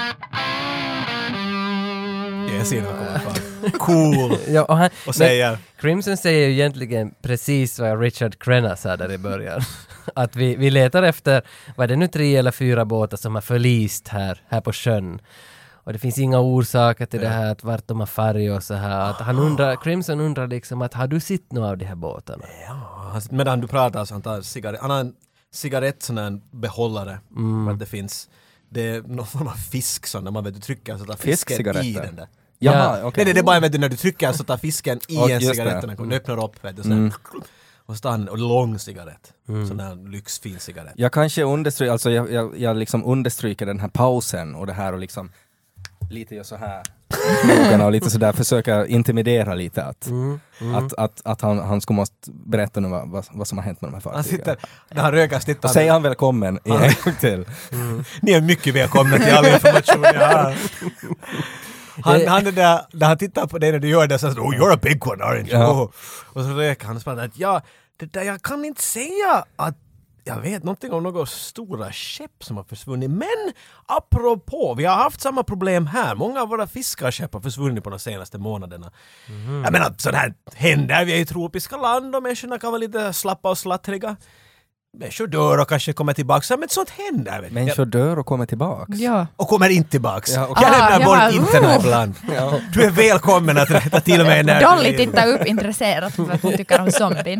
Jag ser honom komma fram. Cool. Ja, och han, Och säger Crimson säger ju egentligen precis vad Richard Crenna sa där i början. Att vi, vi letar efter, vad är det nu, tre eller fyra båtar som har förlist här, här på sjön. Och det finns inga orsaker till det här, att vart de har färg och så här. Att han undrar, Crimson undrar liksom att har du sett några av de här båtarna? ja, medan du pratar så han tar cigarett. Han har en cigarett sån här behållare. Mm. Vart det finns. Det är någon form av fisk som när man vet du trycker så tar fisken i Fiskcigaretter? den där. Jaha, Ja. okej. Nej, det, det är bara vet du, när du trycker så tar fisken i Och en just cigarett det. och den öppnar upp vet du, så Mm. och så tar han en lång cigarett. Sån där lyxfin cigarett. Jag kanske understryker, alltså jag, jag, jag liksom understryker den här pausen och det här och liksom lite gör så här frågorna och lite sådär, försöka intimidera lite att, Mm, mm. att, att, att han, han skulle måste berätta nu vad, vad, vad som har hänt med de här Han fartygen. sitter, när han röker sitter Och han, säger han välkommen en gång till. ni är mycket välkomna till all information jag har. Han, han är där, när han tittar på dig när du gör det så säger oh you're a big one aren't you? Ja. Oh. Och så röker han och svarar att ja, det där, jag kan inte säga att jag vet någonting om några stora skepp som har försvunnit. Men apropå, vi har haft samma problem här. Många av våra fiskarskepp har försvunnit på de senaste månaderna. Mm. Jag menar, sånt här händer. Vi är i tropiska land och människorna kan vara lite slappa och slattriga. människor dör och kanske kommer tillbaka. Men sånt händer. Vet Människor dör och kommer tillbaks. Ja. Och kommer inte tillbaka. Ja, okej. Jag Ah, lämnar jag bort bara, internet "Woo!" ibland. Du är välkommen att rätta till mig när Dolly du vill. tittar upp intresserat för att hon tycker om zombien.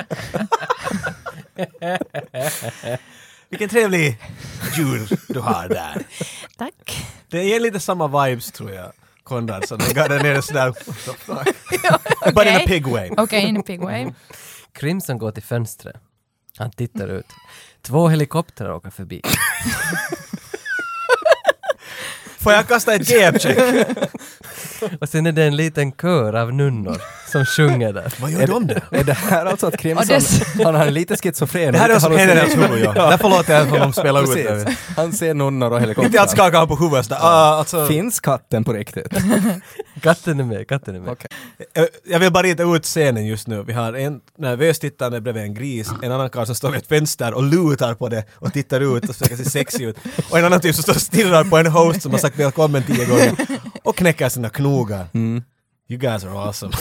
Vilken trevlig jul du har där. Tack. Det ger lite samma vibes tror jag. Konrad, så den där nere sådär. But in a Okej. pig way. Okej, okay, in a pig way. Crimson går till fönstret. Han tittar ut. Två helikoptrar åker förbi. Får jag kasta ett G M-check? Och sen är det en liten kör av nunnor som sjunger där. Vad gör de där? Är det här alltså att Och Crimson, dess- han har en lite schizofren. Det här är lite vad som händer i hans hallucination. huvud, ja. Därför låter jag honom spela ut Precis. det. Han ser nunnor och Inte helikoptrar. att skaka han på huvudet sådär. Ah, alltså, Finns katten på riktigt? Katten är med, katten är med. Okej. Eh, jag vill bara rita ut scenen just nu. Vi har en nervös tittande bredvid en gris, en annan karl som står vid ett fönster och lutar på det och tittar ut och försöker se sexig ut. Och en annan typ som står och stirrar på en host som har sagt välkommen tio gånger och knäcker sina knogar. Mm. You guys are awesome.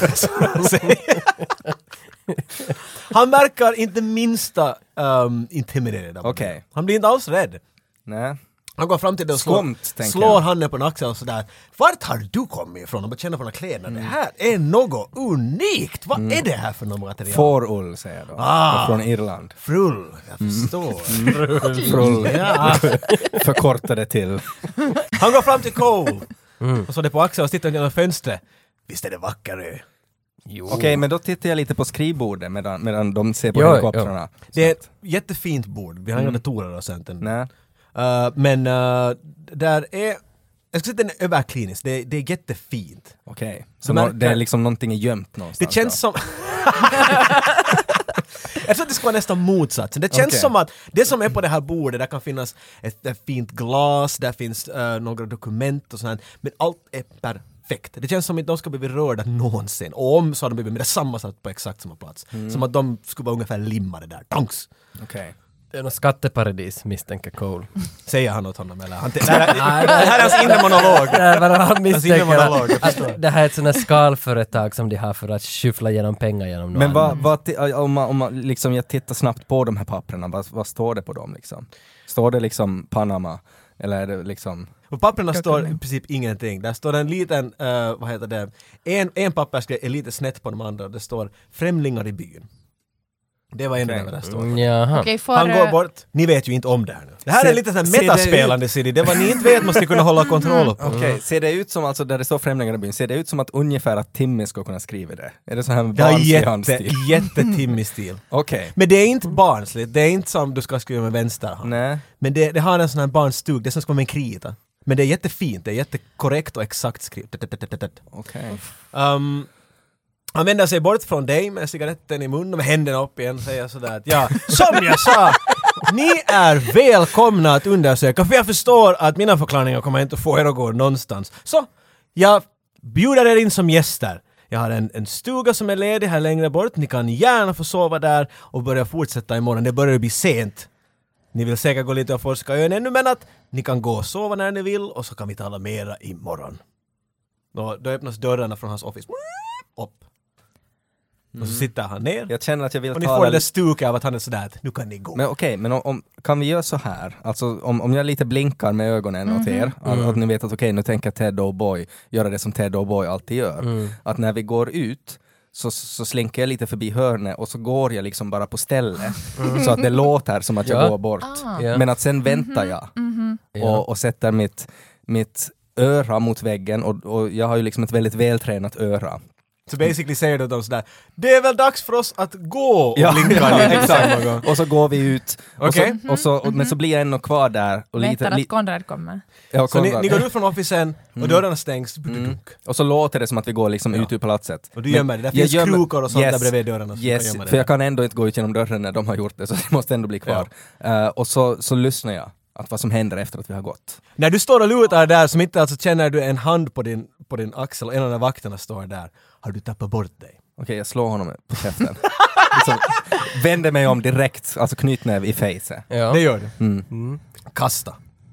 Han verkar inte minsta um, intimidated av Okej. det. Han blir inte alls rädd. Nej. Han går fram till det och slår, Skumt, tänker slår jag. handen på en axel och sådär. Vart har du kommit ifrån? Och bara känner på de kläderna. Det här är något unikt. Vad är det här för något material? Fårull säger jag då. Ah. Från Irland. Frull, jag förstår. Frull. Ja. Förkortade till. Han går fram till Cole och så det på axeln och tittar genom fönstret. Visst är det vacker ö? Jo. Okej, men då tittar jag lite på skrivbordet medan, medan de ser på Jo, helikoptrarna. Det är ett jättefint bord. Vi har inga datorer och sånt än. Nej. Uh, men uh, där är... Jag skulle säga att den är överklinisk. Det, det är jättefint. Okej. Så Du nå- märker- det är liksom någonting är gömt någonstans. Det känns som... Jag tror att det ska vara nästan motsatsen. Det känns Okej. som att det som är på det här bordet, där kan finnas ett, ett fint glas, där finns uh, några dokument och sånt. Men allt är perfekt. Det känns som att de ska bli rörda någonsin. Och om så har de blivit med det sammansatt på exakt samma plats. Som att de skulle vara ungefär limmade där. Tanks! Okej. Det är något skatteparadis, misstänker Cole. Säger han åt honom eller? Han, det, här, det här är hans inre monolog. Det är bara han Hans inre misstänker monolog, jag att, förstår. att det här är ett sånt här skalföretag som de har för att skyffla genom pengar genom någon Men vad, annan. vad, ti- om, man, om man, liksom, jag tittar snabbt på de här papperna, vad, vad står det på dem liksom? Står det liksom Panama? Eller är det liksom... På papperna står i princip ingenting. Där står en liten, uh, vad heter det, en, en pappersgrej är lite snett på de andra. Det står främlingar i byn. Det var enda Okej. okay. där står. Mm, Jaha. Okej, för... Han går eh, bort. Ni vet ju inte om det här nu. Det här Se- är lite sån ser här det metaspelande city. Det vad ni inte vet måste ni kunna hålla kontroll på. Okej, ser det ut som, alltså där det står Främlingar i byn, ser det ut som att ungefär att Timmy ska kunna skriva det? Är det så här Det är barnslig jätte, handstil? jätte-Timmy-stil. Okej. Men det är inte barnsligt. Det är inte som du ska skriva med vänsterhand. Nej. Men det, det har en sån här barnstug. Det är som ska vara med en krita. Men det är jättefint. Det är jättekorrekt och exakt skrivet. Okej. Um, han vänder sig bort från dig med cigaretten i munnen och med händerna upp igen och säger sådär att ja, som jag sa, ni är välkomna att undersöka för jag förstår att mina förklaringar kommer inte att få er att gå någonstans. Så, jag bjuder er in som gäster. Jag har en, en stuga som är ledig här längre bort. Ni kan gärna få sova där och börja fortsätta imorgon. Det börjar bli sent. Ni vill säkert gå lite och forska ön ännu men att ni kan gå och sova när ni vill och så kan vi tala mera imorgon. Då, då öppnas dörrarna från hans office. Upp. Och så sitter han ner. Jag känner att jag vill Och ni tala får det lite... stuket av att han är sådär att nu kan ni gå. Men okej, men om, om, kan vi göra så här? Alltså om, om jag lite blinkar med ögonen åt er, att, att ni vet att okej, nu tänker Ted O'Boy göra det som Ted O'Boy alltid gör. Att när vi går ut så, så slinker jag lite förbi hörnet och så går jag liksom bara på stället. Så att det låter som att jag Ja. går bort. Ah. Ja. Men att sen väntar jag och, och sätter mitt, mitt öra mot väggen och, och jag har ju liksom ett väldigt vältränat öra. Så basically säger du dem sådär, det är väl dags för oss att gå och Ja, blinka lite exakt. samma gång. Och så går vi ut, och Okej. så, och så, och, men så blir jag ändå kvar där. Och lite, Väntar li, att Konrad kommer. ja, och Så ni, Konrad. ni går ut från officen och dörrarna stängs. Mm. Och så låter det som att vi går liksom ut ur palatset. Och du gömmer dig. Där jag finns gömmer- krokar och sånt yes, där bredvid dörrarna. Så du kan Yes, gömma dig för jag där. kan ändå inte gå ut genom dörren när de har gjort det, så jag måste ändå bli kvar. Eh, och så, så lyssnar jag att vad som händer efter att vi har gått. När du står och lutar där som inte alltså känner du en hand på din, på din axel och en av de vakterna står där. Har du tappat bort dig? Okej, jag slår honom på käften. liksom, vänder mig om direkt, alltså knytnäv i face. Ja. Det gör du. Mm. Kasta.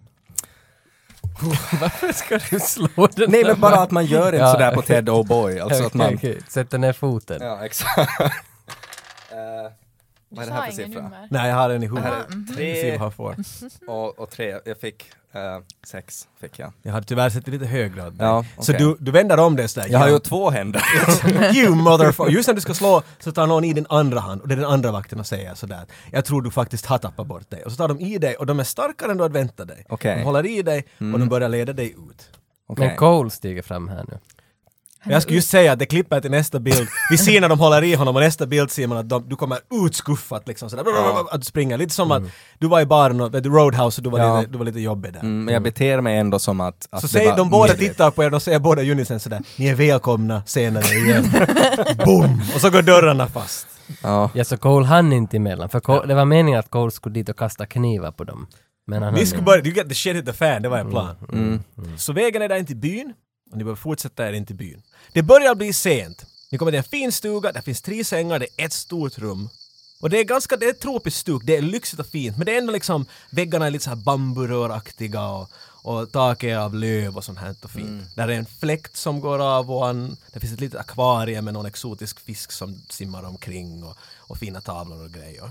Varför ska du slå den Nej, där men bara man- att man gör inte Ja. sådär på Ted O'Boy. Alltså att man... Okej, okej. Sätter ner foten. Ja, exakt. Eh, Vad är det sa här för ingen siffra? nummer. Nej, jag har den i Det här huvudet. är Vi ser tre vad han får. och, och tre. Jag fick eh, sex. Fick jag. Jag hade tyvärr sett det lite högre åt dig. Ja, Så okej. du, du vänder om det sådär. Jag har ja. ju två händer. You motherfucker! Just när du ska slå så tar någon i din andra hand och det är den andra vakten och säger sådär. Jag tror du faktiskt har tappat bort dig. Och så tar de i dig och de är starkare än du hade väntat dig. Okej. De håller i dig och de börjar leda dig ut. Okej. Men Cole stiger fram här nu. Jag skulle just säga att det klipper till nästa bild. Vi ser när de håller i honom och nästa bild ser man att de, du kommer utskuffat liksom sådär. Ja. Att du springer. Lite som att du var i baren och vet du, Roadhouse och du var, Ja. lite, du var lite jobbig där. Mm, men jag beter mig ändå som att... att Så det säger var de båda medvetet. tittar på er, de säger båda unisen sådär. Ni är välkomna senare igen. Boom! Och så går dörrarna fast. Ja. Ja, så Cole hann inte emellan. För Cole, det var meningen att Cole skulle dit och kasta knivar på dem. Men han Ni hann skulle inte. börja, you get the shit hit the fan, det var en plan. Mm. Så vägen är där in till byn och ni behöver fortsätta er in till byn. Det börjar bli sent. Ni kommer till en fin stuga, där finns tre sängar, det är ett stort rum. Och det är ganska, det är ett tropiskt stuk, det är lyxigt och fint, men det är ändå liksom, väggarna är lite så här bamburöraktiga och, och taket är av löv och sånt här och fint. Mm. Där är en fläkt som går av och en, det finns ett litet akvarium med någon exotisk fisk som simmar omkring och, och fina tavlor och grejer.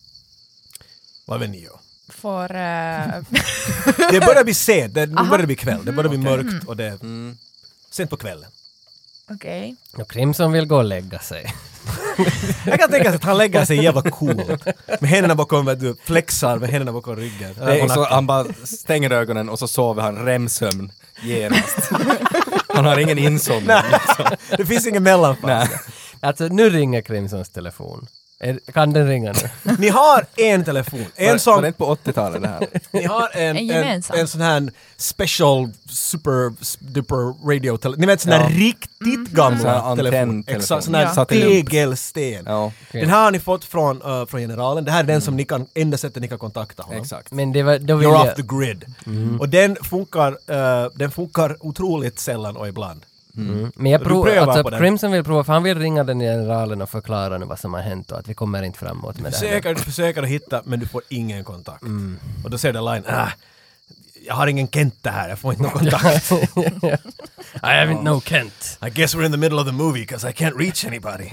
Vad vill ni göra? Får... eh, Det börjar bli sent, det, nu börjar det bli kväll, det börjar bli mörkt och det är Mm. sent på kvällen. Okej. Och Crimson vill gå och lägga sig. Jag kan tänka sig att han lägger sig jävla coolt. Med händerna bakom, vet du, flexar med händerna bakom ryggen. Det är Och så nacken. han bara stänger ögonen och så sover han remsömn genast. Han har ingen insomning. Det finns ingen mellanfas. Alltså, nu ringer Crimsons telefon. Är, kan den ringa nu? Ni har en telefon. En Var, var som, det inte på åttiotalet det här? ni har en, En en, gemensam. en sån här special super duper radio telefon. Ni vet sån här Ja. riktigt Sån gamla här telefon. antenntelefon. Exakt, sån här Ja. tegelsten. Ja, Den här har ni fått från, uh, från generalen. Det här är den som ni kan, enda sättet ni kan kontakta honom. exakt. Men det var, då vill You're jag... off the grid. Och den funkar, uh, den funkar otroligt sällan och ibland. Mm. Men jag Du provar, prövar alltså på den. Crimson vill prova, för han vill ringa den generalen och förklara nu vad som har hänt och att vi kommer inte framåt med det här. Försöker, du försöker att hitta, men du får ingen kontakt. Och då säger det line, ah, jag har ingen Kenta här, jag får inte någon kontakt. I haven't no Kent. I guess we're in the middle of the movie because I can't reach anybody.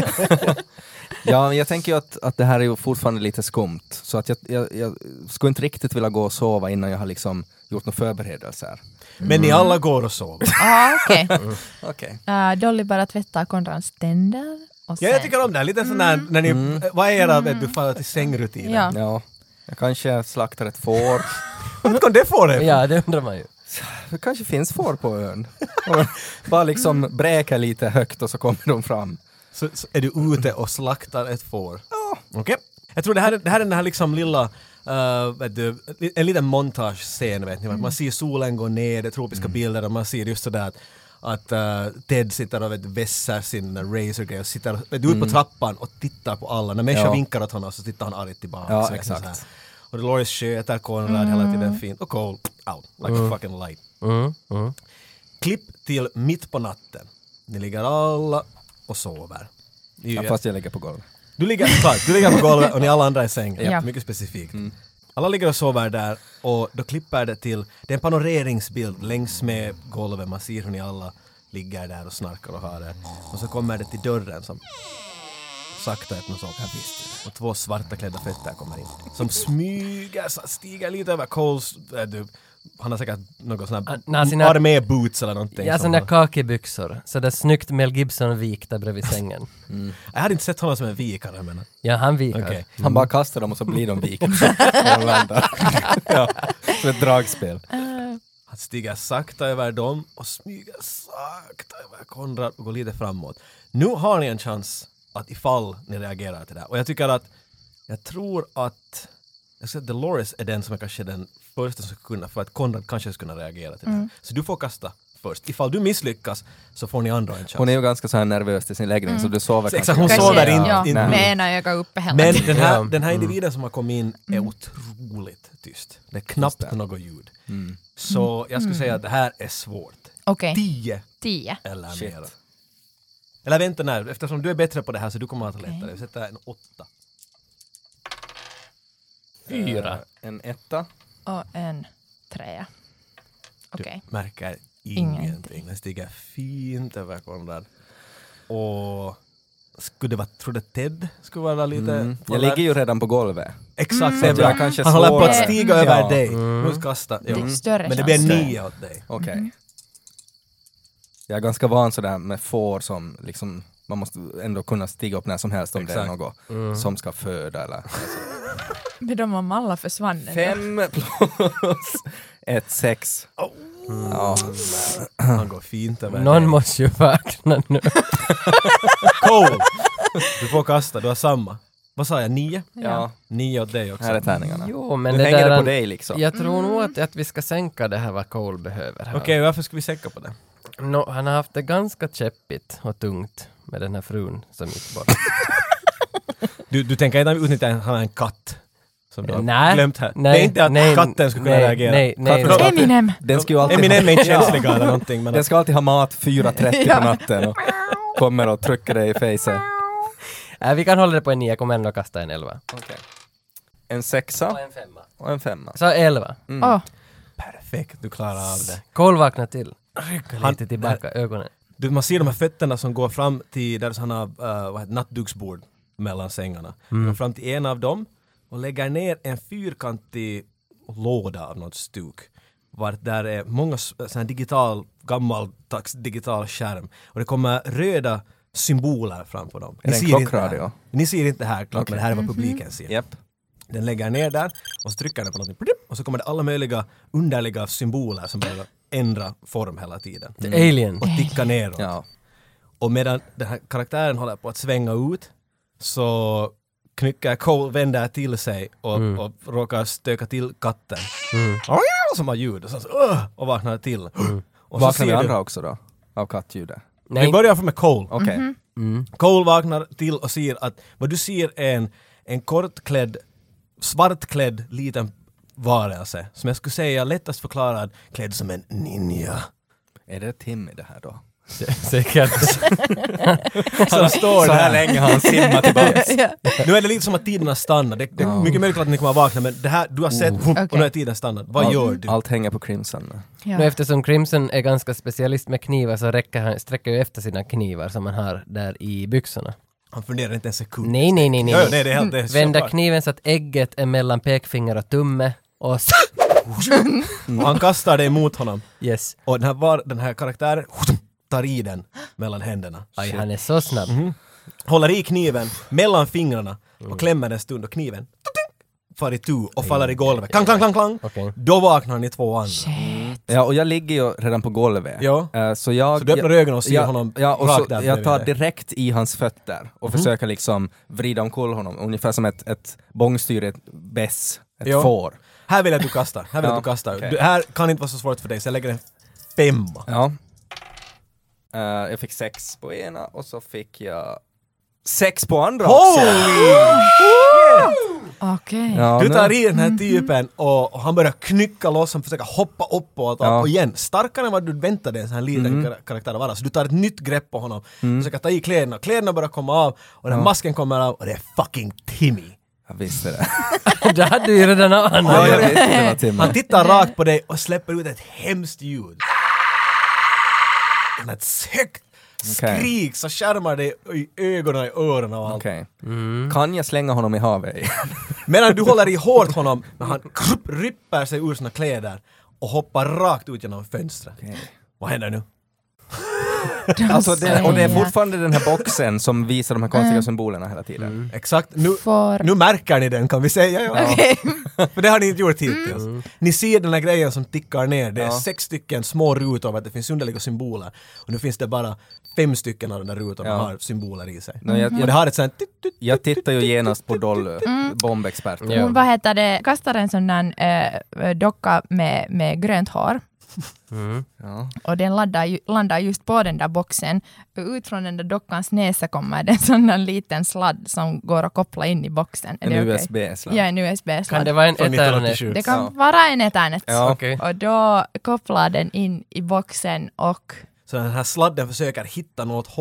Ja, jag tänker ju att, att det här är ju fortfarande lite skumt. Så att jag, jag, jag skulle inte riktigt vilja gå och sova innan jag har liksom gjort några förberedelser. Men ni alla går och sover. Ah, okej. Okej. Eh, Dolly bara tvättar Konrads tänder. Och Ja, sen... jag tycker om det här. Lite sån där, när ni, vad är era, vet du, falla till sängrutiner? Ja. Ja. Jag kanske slaktar ett får. Vad kan det få dig? Ja, det undrar man ju. Det kanske finns får på ön. Och bara liksom bräka lite högt och så kommer de fram. Så, så är du ute och slaktar ett får. Ja. Okej. Jag tror det här, är- det här är den här liksom lilla, uh, vet du, en liten montage-scen, vet ni. Man ser solen gå ner, det är tropiska bilder och man ser just sådär att att uh, Ted sitter och vet, du, vässar sin razor-grej och sitter vet, du, ut på trappan och tittar på alla. När människor Ja. vinkar åt honom så tittar han argt tillbaka. Ja, så vet ni, exakt. så här. Och Dolores sköter Konrad hela tiden fint. Och Cole, out, like a fucking light. Mm, mm. Klipp till mitt på natten. Ni ligger alla och sover. Det är ju Ja, fast jag ligger på golvet. Du ligger, klart, du ligger på golvet och ni alla andra är i sängen. Ja. Mycket specifikt. Alla ligger och sover där och då klipper det till, det är en panoreringsbild längs med golvet. Man ser hur ni alla ligger där och snarkar och har det. Och så kommer det till dörren som sakta öppnas upp. Jag visste det. Och två svarta klädda fötter kommer in. Som smyger, så stiger lite över Coles, äh, du, han har säkert något sån Ah, här nej, sina- arméboots eller någonting. Ja, som sådana har- kakibyxor. Så där snyggt Mel Gibson vikta bredvid sängen. Jag hade inte sett honom som en vikare men Ja, han vikar. okej. Han bara kastar dem och så blir de vikna. När de landar. Ja, som ett dragspel. Han stiger sakta över dem och smyger sakta över Konrad och går lite framåt. Nu har ni en chans att ifall ni reagerar till det här. Och jag tycker att, jag tror att, jag säger att Dolores är den som är kanske den första som ska kunna, för att Konrad kanske ska kunna reagera till det här. Så du får kasta först. Ifall du misslyckas så får ni andra en chans. Hon är ju ganska så här nervös till sin läggning så du sover Så kanske. exakt, hon ganska- sover Kanske, in- ja, in- med ena ögat uppe hela Men tiden. den här, Ja. den här individen som har kommit in är otroligt tyst. Det är knappt Just det. något ljud. Så jag skulle säga att det här är svårt. Okej, Tio tio. eller Shit. mer. Eller vänta nu, eftersom du är bättre på det här så du kommer att ha Okej. lättare. Vi sätter en åtta. Fyra. Eh, En etta. Och en trea. Okej. Du märker Ingenting. ingenting. Den stiger fint över Konrad. Och skulle det vara, tror det Ted skulle vara lite... Mm. Jag ligger ju redan på golvet. Exakt, Så det är att bra. jag kanske Han håller på att svårare. stiga Ja. över dig. Mm. Nu ska kasta. Det är Ja. större Men det blir chans. nio åt dig. Okej. Mm. Jag är ganska van sådär med får som liksom, man måste ändå kunna stiga upp när som helst om Exakt. det är något Mm. som ska föda eller... Men de om alla försvann. ändå. Fem plus ett, sex. Mm. Ja. Han går fint över Någon dig. måste ju vakna nu. Cole! Du får kasta, du har samma. Vad sa jag, nio? Ja, Nio åt dig också. här är tärningarna. Jo, men Nu det hänger där... det på dig liksom. Jag tror nog att, att vi ska sänka det här vad Cole behöver. Här. Okej, varför ska vi säcka på det? No, han har haft det ganska käppigt och tungt med den här frun som gick bort. Du, du tänker inte utnyttja att han är en katt? Som du har Nej, glömt här. nej, det är inte att nej, katten skulle kunna nej, reagera. nej, nej, Katten- nej. Eminem! Den ska ju alltid Eminem är ha, inte känsliga eller någonting. Men den ska alltid ha mat fyra trettio på natten och kommer och trycker dig i facet. Äh, vi kan hålla det på en nio, jag kommer ändå kasta en elva. Okay. En sexa en femma. och en femma. Så elva. Mm. Åh, perfekt, du klarar av det. Cole vaknar till. Rycker Han- lite tillbaka ögonen. Du, man ser de här fötterna som går fram till där han har uh, vad heter, nattduksbord mellan sängarna. Går fram till en av dem och lägger ner en fyrkantig låda av något stuk. Vart där är många s- sån här digital, gammaldags digital skärm. Och det kommer röda symboler fram på dem. Är det en ser inte klockradio? här. Ni ser inte här klart, Okej. men det här är vad publiken ser. Japp. Den lägger ner där och så trycker den på något och så kommer det alla möjliga underliga symboler som bara ändrar form hela tiden. The Alien. Och tickar neråt. Ja. Och medan den här karaktären håller på att svänga ut så knycker Cole, vänder till sig och, Mm. och råkar stöka till katten. Mm. Som har ljud och, så, så, uh, och vaknar till. Och så Vaknar ser vi du- andra också då? Av kattljudet? Vi börjar med Cole. Okej. Mm. Cole vaknar till och ser att vad du ser är en, en kortklädd, svartklädd liten varelse. Som jag skulle säga lättast förklarad, klädd som en ninja. Är det Timmy det här då? Säkert. Som står Så här där. länge har han simmat tillbaks. ja. Nu är det lite som att tiden har stannat. Det, det är mycket möjligt att ni kommer att vakna, men det här, du har sett och Okej. nu är tiden stannat. Vad Allt- gör du? Allt hänger på Crimson nu. Ja. Nu eftersom Crimson är ganska specialist med knivar så räcker han, sträcker ju efter sina knivar som han har där i byxorna. Han funderar inte en sekund. Nej, nej, nej, nej. Ja, nej, det är helt det är så Vända klart. kniven så att ägget är mellan pekfinger och tumme och så... Och han kastar det emot honom. Yes. Och den här, var, den här karaktären tar i den mellan händerna. Aj, han är så snabb. Håller i kniven mellan fingrarna och klämmer en stund och kniven far i tu och faller i golvet. Klang, klang, klang, klang. Okej. Då vaknar ni två andra. Shit. Ja, och jag ligger ju redan på golvet. Ja. Eh, så, jag, Så du öppnar jag, ögonen och ser ja, honom ja, och rakt så, där jag tar bredvid dig. direkt i hans fötter och försöker liksom vrida omkull honom. Ungefär som ett, ett bångstyr, ett bäss, ett Ja. får. Här vill jag att du kastar. Här vill jag Ja, att du kastar. okej. Du, här kan inte vara så svårt för dig så jag lägger en femma. Ja. Eh, jag fick sex på ena och så fick jag sex på andra också. Okej. Ja, Du nu- tar i den här typen och, och han börjar knycka loss, han försöker hoppa uppåt och, Ja. och igen, starkare än vad du väntade en sån här liten Mm. kar- karaktär att vara. Så du tar ett nytt grepp på honom, försöker ta i kläderna, kläderna börjar komma av och den här masken kommer av och det är fucking Timmy. Jag visste det. Det hade du ju redan Ja, anat. jag visste det var Timmy. Han tittar rakt på dig och släpper ut ett hemskt ljud. Ett högt Okej. skrik så skärmar det i ögonen, i öronen och allt. Okej. Kan jag slänga honom i havet igen? Medan du håller i hårt honom, när han krupp, rypper sig ur sina kläder och hoppar rakt ut genom fönstret. Vad händer nu? Alltså det, och det är säger- fortfarande den här boxen som visar de här konstiga symbolerna hela tiden. Exakt, nu, Får... nu märker ni den kan vi säga. Ja. Okej. För det har ni inte gjort hittills. Ni ser den här grejen som tickar ner. Det är Ja. sex stycken små rutor av att det finns underliga symboler. Och nu finns det bara fem stycken av de där rutorna Ja. har symboler i sig. No, jag, Och det jag, har ett sånt... tut, tut, jag tittar ju genast på Dolly, bombexperten. Ja. Hon, vad heter det, kastar en sån där äh, docka med, med grönt hår. Mm. Ja. Och den laddar ju, landar just på den där boxen. Och ut från den där dockans näsa kommer det en sån där liten sladd som går att koppla in i boxen. Är En det okej? U S B-sladd. Ja, en U S Kan B-sladd. det vara en Från Ethernet? nittonhundraåttiosju. Det kan Ja. vara en Ethernet. Ja. Okej. Och då kopplar den in i boxen och... Så den här sladden försöker hitta något hål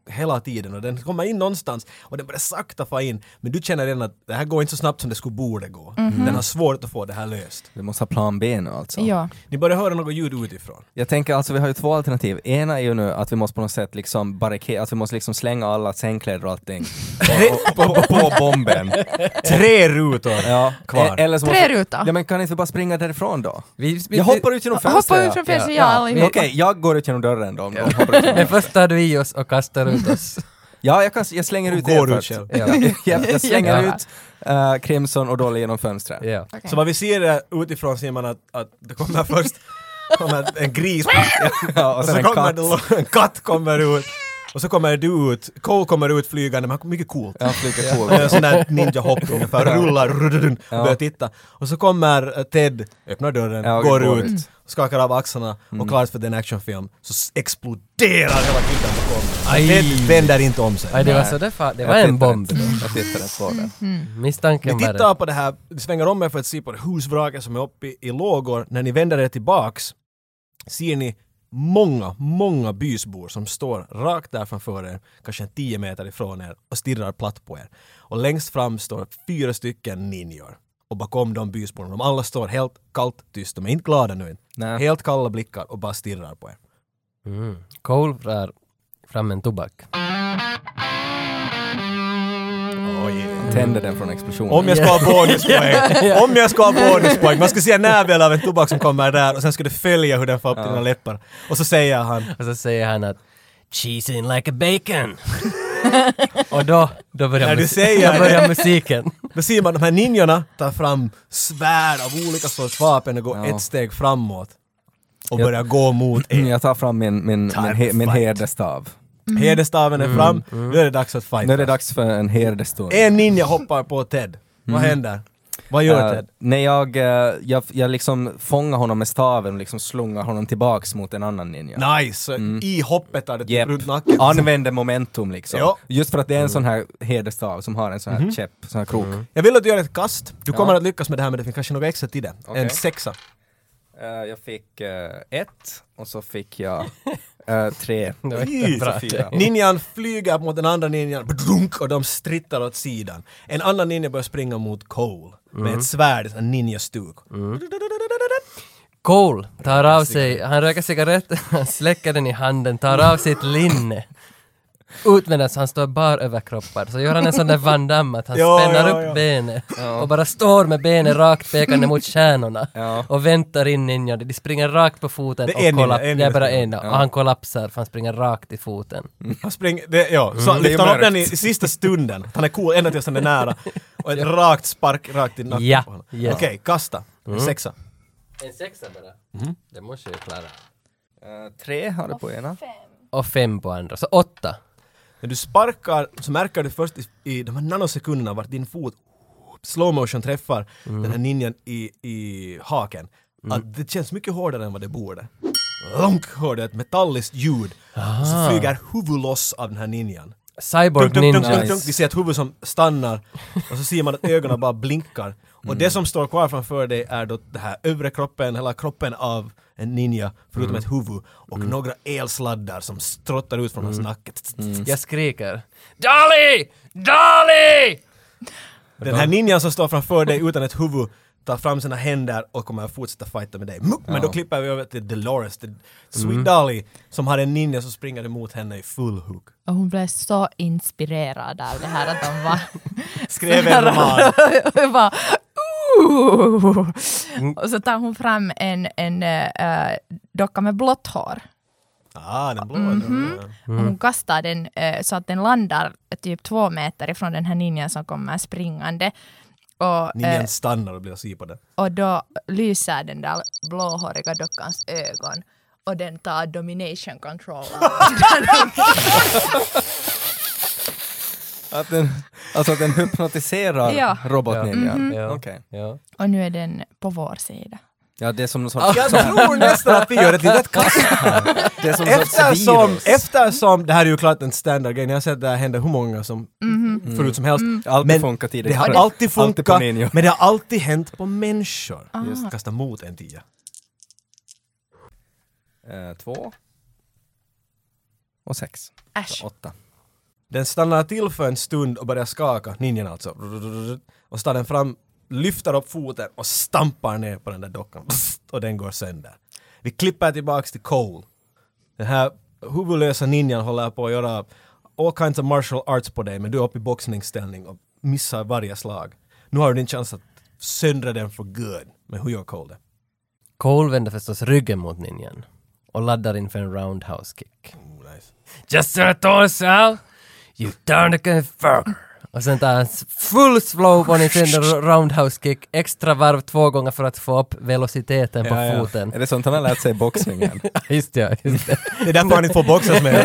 hela tiden och den kommer in någonstans och den börjar sakta få in. Men du känner redan att det här går inte så snabbt som det skulle borde gå. Mm-hmm. Den har svårt att få det här löst. Vi måste ha plan B nu alltså. Ja. Ni börjar höra något ljud utifrån. Jag tänker alltså vi har ju två alternativ. Ena är ju nu att vi måste på något sätt liksom barrikera, att vi måste liksom slänga alla sängkläder och allting på, på, på, på bomben. Tre rutor Ja, kvar. E- eller så Tre måste, rutor. Ja men kan inte vi bara springa därifrån då? Vi, vi, Jag hoppar ut genom fönstret. Hoppa ut från fönstret, ja, allihop. Okej, jag går ut genom dörren då. Om de hoppar ut genom Men först tar du i oss och kastar ut oss. Ja, jag, kan, jag slänger ut Och går er ut först. själv. Ja. jag, jag slänger Ja. ut uh, Crimson och Dolly genom fönstret. Ja. Okej. Så vad vi ser är, utifrån ser man att, att det kommer först kommer en gris Ja, och och sen så en kommer katt. det, en katt kommer ut och så kommer du ut, Cole kommer ut flygande, men han kommer mycket coolt. Ja, flyger cool. En sån där ninja-hopp ungefär, rullar, rullar och börjar titta. Och så kommer uh, Ted, öppnar dörren, Ja, och går går ut, ut. skakar av axlarna och klart för den actionfilm så s- exploderar hela killen bakom. Aj. Ted vänder inte om sig. Aj, det var så det, fa- det var Jag en tittar bomb. inte. Jag tittar inte på det. Misstanken Ni var tittar det. på det här, ni svänger om er för att se på det husvraket som är uppe i, i lågor. När ni vänder er tillbaks ser ni många, många bysbor som står rakt där framför er, kanske en tio meter ifrån er och stirrar platt på er. Och längst fram står fyra stycken ninjor. Och bakom de bysborna, de alla står helt kallt tyst, de är inte glada nu. Nej. Helt kalla blickar och bara stirrar på er. Mm. Cole drar fram en tobak. Tänder den från explosionen. Om jag ska ha bonuspoäng. Om jag ska ha bonuspoäng. Man ska se en nävel av en tobak som kommer där och sen ska du följa hur den får upp till dina läppar. Och så säger han Och så säger han att cheese in like a bacon. Och då, då börjar, När du mus- säger då börjar det. musiken. Då ser man de här ninjorna ta fram svärd av olika sorts vapen och gå Ja. ett steg framåt. Och Jag- börja gå mot Mm, er. Jag tar fram min, min, Time min, he, to min fight. herdestav. Herdestaven är fram, nu är det dags att fighta. Nu är det dags för en herdestund. En ninja hoppar på Ted. Vad händer? Vad gör Uh, Ted? när jag, uh, jag, jag liksom fångar honom med staven och liksom slungar honom tillbaks mot en annan ninja. Nice! I hoppet tar det Japp. runt nacken. Använder momentum liksom. Ja. Just för att det är en sån här herdestav som har en sån här käpp, sån här krok. Jag vill att du gör ett kast. Du Ja. kommer att lyckas med det här men det finns kanske något extra till det. Okej. En sexa. Uh, jag fick uh, ett och så fick jag uh, tre. Det var Oj, inte bra. så fyra. Ninjan flyger mot den andra ninjan Badunk, och de strittar åt sidan. En annan ninja börjar springa mot Cole med ett svärd, en ninjastuk. Cole tar av sig, han röker cigarett, han släcker den i handen, tar av sitt linne. Ut medan han står bar överkroppad. Så gör han en sån där Van Damme att han Ja, spänner ja, upp ja. benet och bara står med benet rakt pekande mot stjärnorna Ja. och väntar in ninjan. De springer rakt på foten Det är och en ninja, kollap- en det är ninja bara springer. en och han kollapsar för han springer rakt i foten. Han springer, det, ja, så Mm, det är lyfter han upp den i, mörkt. i sista stunden. Han är cool ända tills han är nära. Och ett rakt spark rakt i nacken Ja, på honom. yes. Okej, kasta. En sexa. En sexa bara. Det måste jag klara. Uh, tre har du på ena. Och fem på andra, så åtta. När du sparkar så märker du först i, i de här nanosekunderna vart din fot slow motion träffar den här ninjan i, i haken. Att det känns mycket hårdare än vad det borde. Långt hörde ett metalliskt ljud. Och så flyger huvud loss av den här ninjan. Cyborg Dunk, dunk, dunk, Ninja. dunk, dunk. Vi ser ett huvud som stannar och så ser man att ögonen bara blinkar. Och det som står kvar framför dig är då det här övre kroppen, hela kroppen av en ninja förutom ett huvud och några elsladdar som strottar ut från hans nacke. Jag skriker. Dolly! Dolly! Den här ninjan som står framför dig utan ett huvud tar fram sina händer och kommer att fortsätta fighta med dig. Muck! Men då klipper vi över till Dolores, till Sweet Dolly, som har en ninja som springer emot henne i full hook. Och hon blev så inspirerad av det här att de var... Skrev en roman. och bara, Ooh! Och så tar hon fram en, en uh, docka med blått hår. Ah, den blå. Och hon kastar den uh, så att den landar typ två meter ifrån den här ninjan som kommer springande. Och, Ninjan uh, stannar och blir att se på det. och då lyser den där blåhåriga dockans ögon. Och den tar domination control. Att den, alltså att den hypnotiserar Ja. robotninjan. Ja. Okej. Ja. Och nu är den på vår sida. Ja, det är som någon sorts... Jag tror nästan att vi gör ett litet kast. Det är som någon sorts Eftersom, virus. eftersom, det här är ju klart en standard grej, jag har sett det här hända hur många som förut som helst. Alltid Men funkat tidigare. det har alltid Alltid på funkat, ninja. men det har alltid hänt på människor. Ah. Just kasta mot en tia. Eh, två. Och sex. Äsch. Så åtta. Den stannar till för en stund och börjar skaka, ninjan alltså. Och så tar den fram, lyfter upp foten och stampar ner på den där dockan. Och den går sönder. Vi klipper tillbaks till Cole. Den här huvudlösa ninjan håller på att göra all kinds of martial arts på dig, men du är uppe i boxningsställning och missar varje slag. Nu har du din chans att söndra den för good. Men hur gör Cole det? Cole vänder förstås ryggen mot ninjan och laddar in för en roundhouse kick. Oh, nice. Just as I thought, Sal, you darn good fucker. Och sen tar han full slow på sin roundhouse kick, extra varv två gånger för att få upp velociteten på Ja, ja. foten. Är det sånt han har lärt sig i boxningen? Just det, just det. Det är därför han inte får boxas med.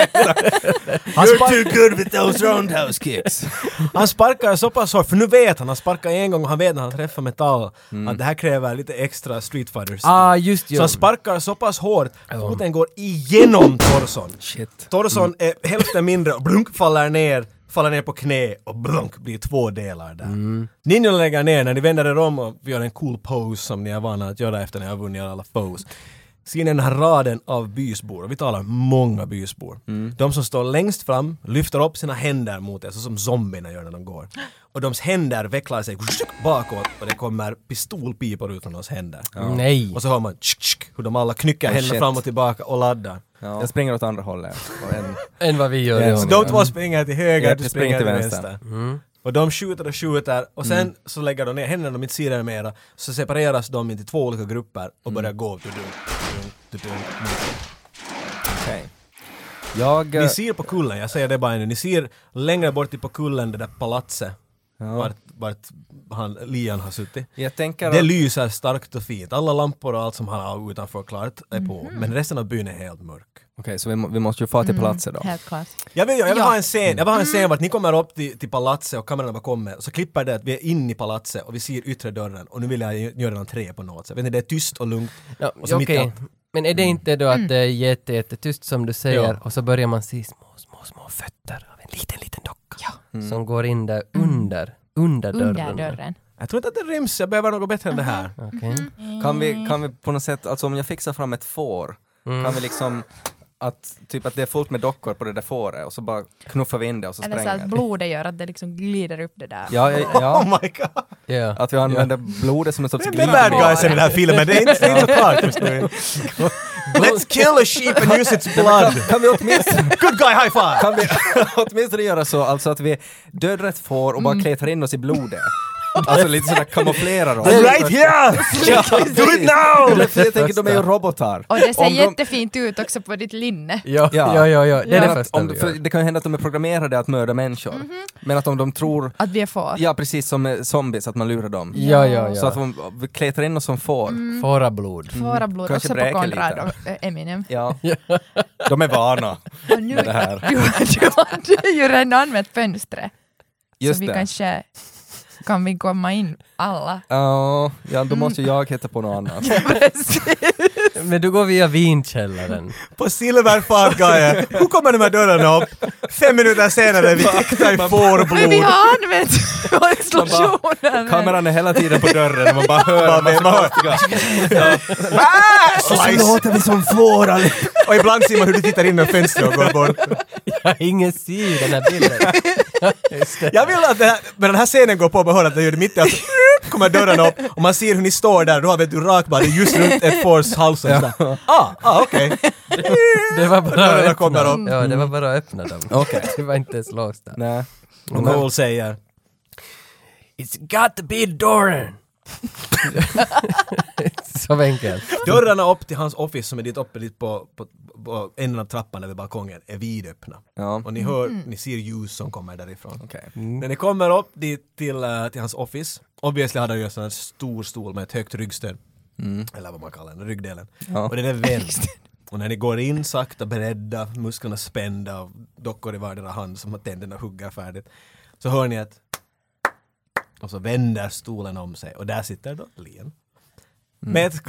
You're too good with those roundhouse kicks. Han sparkar så pass hårt, för nu vet han, han sparkar en gång och han vet när han träffar metall mm. att det här kräver lite extra Street Fighters. Ah, just så ju. han sparkar så pass hårt, foten går igenom torson. Shit. Torson är hälften mindre och blunk faller ner. Faller ner på knä och blunk blir två delar där. Mm. Ninjan lägger ner när ni vänder er om och gör en cool pose som ni är vana att göra efter när jag har vunnit alla pose. Ser ni den här raden av bysbor, och vi talar många bysbor. Mm. De som står längst fram lyfter upp sina händer mot er, så som zombierna gör när de går. Och deras händer vecklar sig bakåt och det kommer pistolpipor ut från deras händer. Ja. Nej. Och så hör man tsk, tsk, hur de alla knycker Oh, händerna shit. fram och tillbaka och laddar. Ja. Jag springer åt andra hållet. Och en... Än vad vi gör. Ja, Ja, Så de två springer till höger, Ja, du jag springer springer till till vänster. vänster. Mm. Och de skjuter och skjuter och sen mm. så lägger de ner händerna, de inte ser det mera, så separeras de in till två olika grupper och börjar gå. Du, du, du, du, du. Okej. Jag... Ni ser på kullen, jag säger det bara nu, ni ser längre bort på kullen det där palatset Ja. vart, vart han, Lian har suttit. Jag tänker Det att... lyser starkt och fint. Alla lampor och allt som han har utanför klart är på. Mhm. Men resten av byn är helt mörk. Okej, så vi, må, vi måste ju få till palatset då. Helt klart. Jag vill, jag vill Ja. ha en scen, jag vill ha en scen vart ni kommer upp till, till palatset och kamerorna bara kommer, så klipper det att vi är inne i palatset och vi ser yttre dörren och nu vill jag göra en entré på något sätt. Vet ni, det är tyst och lugnt. Ja, Och så mitt i okej. allt. Men är det inte då att det är jätte, jättetyst som du säger Ja. och så börjar man se små, små, små fötter av en liten, liten docka Ja. som går in där under, under dörren. Under dörren. Jag tror inte att det ryms, jag behöver något bättre än det här. Okej. Kan vi, kan vi på något sätt, alltså om jag fixar fram ett får, Mm. kan vi liksom att typ att det är fullt med dockor på det där fåret och så bara knuffar vi in det och så Eller så spränger att det. blodet gör att det liksom glider upp det där. Ja, ja, ja. Oh my god! Ja. Att vi använder blodet som en sorts Det är bad guys i den här filmen, det är inte, det är inte så klart just nu. Let's kill a sheep and use its blood! Kan vi åtminstone, Good guy, high five! kan vi åtminstone göra så, alltså att vi dödar ett får och bara kletar in oss i blodet? Alltså lite sådär kamouflera dem. Right here! Ja, Do it now! Det- för jag tänker, de är ju robotar. Och det ser Om de- jättefint ut också på ditt linne. Ja, Ja. ja, ja, ja, det är Men det att första om, vi för gör. det kan ju hända att de är programmerade att mörda människor. Men att om de tror, Att vi är får. ja precis som eh, zombies, att man lurar dem. Ja, ja, Så att ja. de vi kletar in oss som får. Fåra blod. Fårablod, Kanske också på bräker Konrad lite. och äh, Eminem. Ja. De är vana Och nu, med det här. Du, du har ju redan använt fönstret. Just så vi det. kanske kan vi komma in alla. Ja, ja, då måste ju jag hitta på något annat. Men du går via vinkällaren. På silverfat guy. Hur kommer de här dörrarna upp? Fem minuter senare är vi äkta i Men vi fårblod. har använt installationen. Kameran är hela tiden på dörren och man bara hör Bara en massa man hör- konstiga... Ah, slice. låter vi som får all... Och ibland ser man hur du tittar in genom fönstret och går bort. Jag har ingen syn den här bilden. Just det. Jag vill att det här, men den här scenen går på med att det gör det mitt i att kommer dörren upp och man ser hur ni står där, då har vi du rakbad just runt ett fårs hals och sådär. Ah, ah okej. Det var bara Dörrarna att kommer öppna. Ja, det var bara att öppna dem. Okej. Det var inte ens låst där. Nej. Och Cole säger It's got to be dörren. Så enkelt. dörrarna upp till hans office som är dit uppe dit på, på, på änden av trappan över balkongen är vidöppna. Ja. Och ni hör, ni ser ljus som kommer därifrån. Okej. När ni kommer upp dit till, uh, till hans office, obviously hade han ju en sån här stor stol med ett högt ryggstöd. Eller vad man kallar den, ryggdelen. Ja. Och den är vänd. Och när ni går in sakta, beredda, musklerna spända och dockor i vardera hand som att tänderna huggar färdigt, så hör ni att och så vänder stolen om sig och där sitter då Lian. Med ett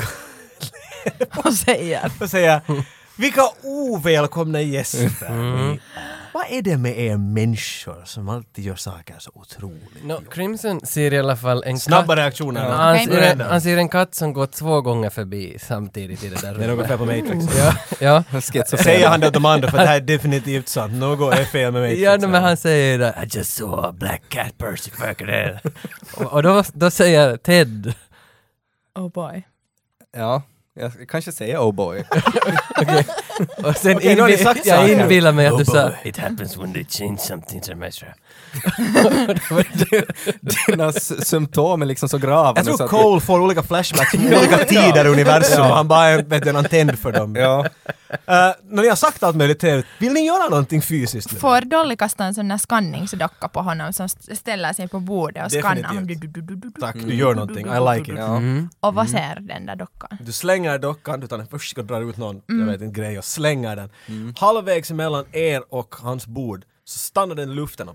Och säger. och säger vilka ovälkomna gäster. Mm. vad är det med er människor som alltid gör saker så otroligt? No, Crimson ser i alla fall en Snabba katt. reaktioner. Ja, Ja. han, Okej. ser en, han ser en katt som går två gånger förbi samtidigt i det där Det är något fel på Matrix. Ja, ja. Schizofren. Säger han det till de andra, för det här är definitivt sant. Något är fel med Matrix. Ja, no, men han säger det. I just saw a black cat Percy fucking och, och då, då säger Ted. Oh boy. Ja, jag kanske säger oh boy. Och sen Okej, nu har ni sagt jag saker. inbillar mig att Oh du sa boy. it happens when they change something to measure. Dina s- symptom är liksom så grava. Jag nu så tror att- Cole får olika flashbacks i olika tider i universum och han bara är vet, du, en antenn för dem. Ja. Uh, när ni har sagt allt möjligt trevligt, vill ni göra någonting fysiskt nu? Får Dolly kasta en sån där skanningsdocka på honom som st- ställer sig på bordet och skannar honom. Definitivt. Du, du, du, du, du. Tack, du gör någonting. I like it. Ja. Och vad ser den där dockan? Du slänger dockan, du tar den först och drar ut någon jag vet, en grej och slänger den. Halvvägs mellan er och hans bord så stannar den i luften och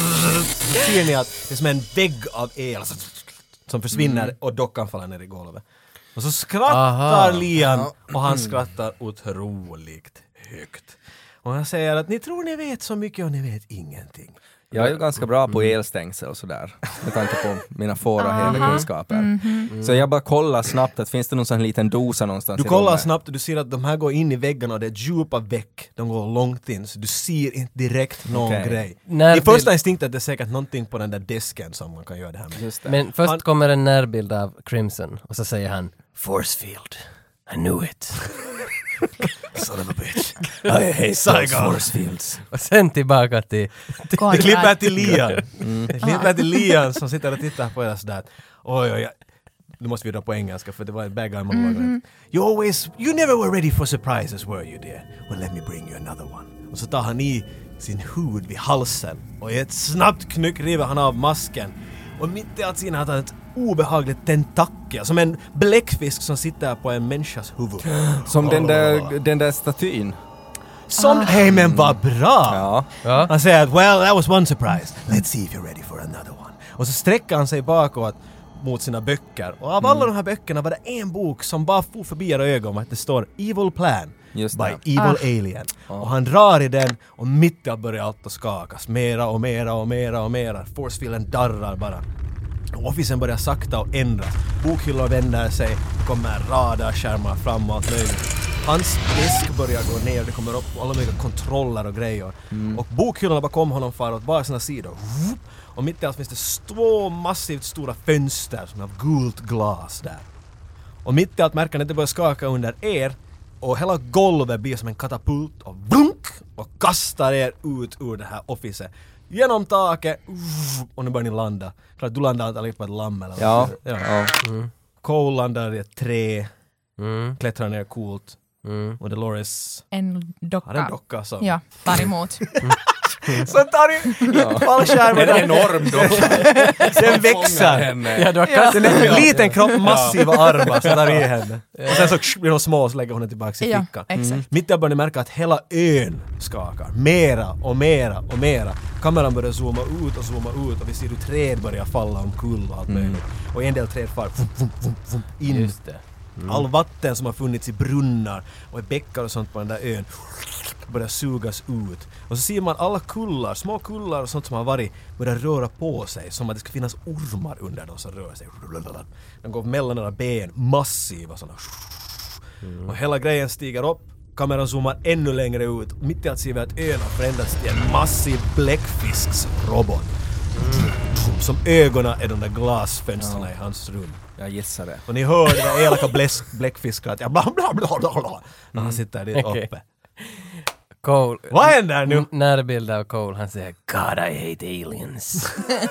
så ser ni att det är som en vägg av el som försvinner och dockan faller ner i golvet. Och så skrattar Aha. Liam och han skrattar otroligt högt. Och han säger att ni tror ni vet så mycket och ni vet ingenting. Jag är ju ganska bra på elstängsel och sådär. Med tanke på mina fåra hemkunskaper. Så jag bara kollar snabbt att finns det någon sån liten dosa någonstans Du i kollar rummet? snabbt och du ser att de här går in i väggarna och det är djupa väck. De går långt in så du ser inte direkt någon Okej. grej. När I första bild- instinkt är det säkert någonting på den där desken som man kan göra det här med. Just det. Men först Han- kommer en närbild av Crimson och så säger han Force field. I knew it. Son of a bitch. I hate Saigon. force fields. Och sen tillbaka till... Det klipper till Liam. Mm. Det klipper till Liam som sitter och tittar på er sådär. Oj, oj, oj. Nu måste vi dra på engelska för det var en bad guy monolog. Mm-hmm. You always, you never were ready for surprises were you dear? Well let me bring you another one. Och så tar han i sin hud vid halsen och i ett snabbt knyck river han av masken. Och mitt i allt sin har han ett obehagligt tentakel, som en bläckfisk som sitter på en människas huvud. Som den där, den där statyn. Som, hej men vad bra! Ja. Ja. Han säger att well that was one surprise. Let's see if you're ready for another one. Och så sträcker han sig bakåt mot sina böcker. Och av alla de här böckerna var det en bok som bara for förbi era ögon att det står Evil Plan Just by det. Evil Alien. Och han drar i den och mitt i allt börjar allt att skakas. Mera och mera och mera och mera. Forcefielden darrar bara. Officen börjar sakta och ändras. Bokhyllor vänder sig. Det kommer radarskärmar fram och allt möjligt. Hans disk börjar gå ner. Det kommer upp alla möjliga kontroller och grejer. Och bokhyllorna bakom honom far åt bara sina sidor. Och mitt i allt finns det två massivt stora fönster som har gult glas där. Och mitt i allt märker ni att det börjar skaka under er. Och hela golvet blir som en katapult och vrunk och kastar er ut ur det här officet. Genom taket och nu börjar ni landa. Klart du landar antagligen på ett lamm eller Ja. något. Ja. Ja. Cole landar i ett trä, Mm. klättrar ner coolt. Mm. Och Dolores En docka. har en docka som... Ja, tar emot. Så tar i fallskärmen. En enorm docka. Sen växer. henne. Ja, du har kastat Sen en liten kropp, massiva armar som tar i henne. Och sen så blir de små och så lägger hon den tillbaka i Ja, fickan. exakt. Mitt i börjar ni märka att hela ön skakar. Mera och mera och mera. Kameran börjar zooma ut och zooma ut och vi ser hur träd börjar falla omkull och allt möjligt. Och en del träd far vum, vum, vum, vum, in. Just det. All vatten som har funnits i brunnar och i bäckar och sånt på den där ön börjar sugas ut. Och så ser man alla kullar, små kullar och sånt som har varit börjar röra på sig som att det ska finnas ormar under dem som rör sig. De går mellan några ben, massiva sådana. Och hela grejen stiger upp. Kameran zoomar ännu längre ut. Mitt i allt ser vi att ön har förändrats till en massiv bläckfisksrobot. Som ögonen är de där glasfönsterna i hans rum. Jag gissar det. Och ni hör det där elaka bläsk, bläckfiskar att jag bla bla bla bla bla när han sitter dit Okej. uppe. Cole. Vad händer nu? N- Närbild av Cole. Han säger God I hate aliens.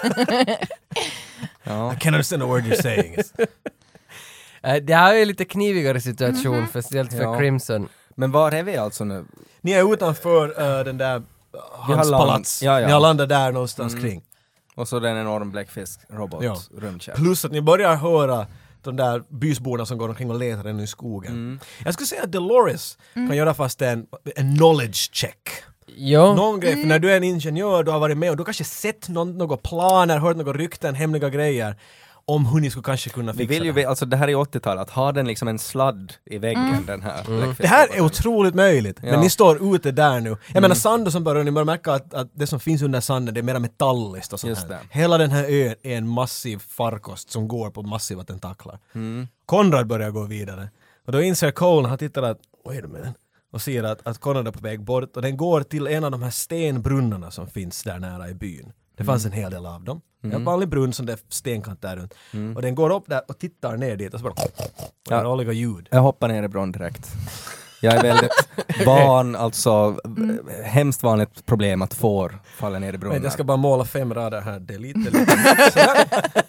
Ja. I can't understand the word you're saying. Äh, det här är ju lite knivigare situation, speciellt för Ja. Crimson. Men var är vi alltså nu? Ni är utanför uh, den där uh, hans land- palats. ja, ja. Ni har landat där någonstans kring. Och så den enorm bläckfisk-robot, Ja. rymdkärr. Plus att ni börjar höra de där bysborna som går omkring och letar ännu i skogen. Jag skulle säga att Dolores kan göra fast en, en knowledge check. Jo. Någon grej, för när du är en ingenjör, du har varit med och du har kanske sett någon, några planer, hört några rykten, hemliga grejer. om hur ni skulle kanske kunna Vi fixa vill ju, det. ve- alltså det här är åttiotalet, att ha den liksom en sladd i väggen, den här. Mm. Det här är otroligt möjligt, Ja. men ni står ute där nu. Jag menar sanden som börjar, ni börjar märka att, att det som finns under sanden det är mer metalliskt och sånt Just här. det. Hela den här ön är en massiv farkost som går på massiva tentaklar. Mm. Konrad börjar gå vidare. Och då inser Cole när han tittar att, wait a minute, och ser att, att Konrad är på väg bort och den går till en av de här stenbrunnarna som finns där nära i byn. Det fanns en hel del av dem. Mm. En vanlig brunn som det är stenkant där runt. Mm. Och den går upp där och tittar ner dit och så bara... Och det är olika ljud. Jag hoppar ner i bron direkt. Jag är väldigt van, alltså Mm. hemskt vanligt problem att får falla ner i brunnar. Men jag ska bara måla fem rader här. Det är lite, lite. Sådär.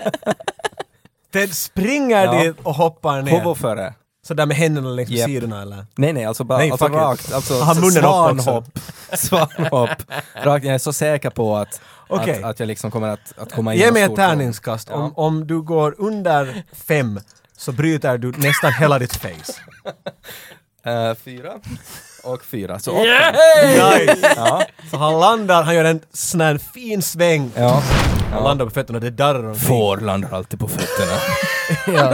Ted springer Ja. dit och hoppar ner. Hovo före. Så där med händerna längs med Yep. sidorna eller? Nej, nej, alltså bara Nej, alltså fuck it. rakt. Alltså Har munnen upp också. svanhopp. Svanhopp. Rakt. Jag är så säker på att, Okej. att, att jag liksom kommer att, att komma in Ge och mig ett stort tärningskast. Ja. Om, om du går under fem så bryter du nästan hela ditt face. Uh, fyra. Och fyra. Så åtta. Nice! Ja. Så han landar, han gör en sån här fin sväng. Ja. Han landar på fötterna och det darrar omkring. Får landar alltid på fötterna. ja.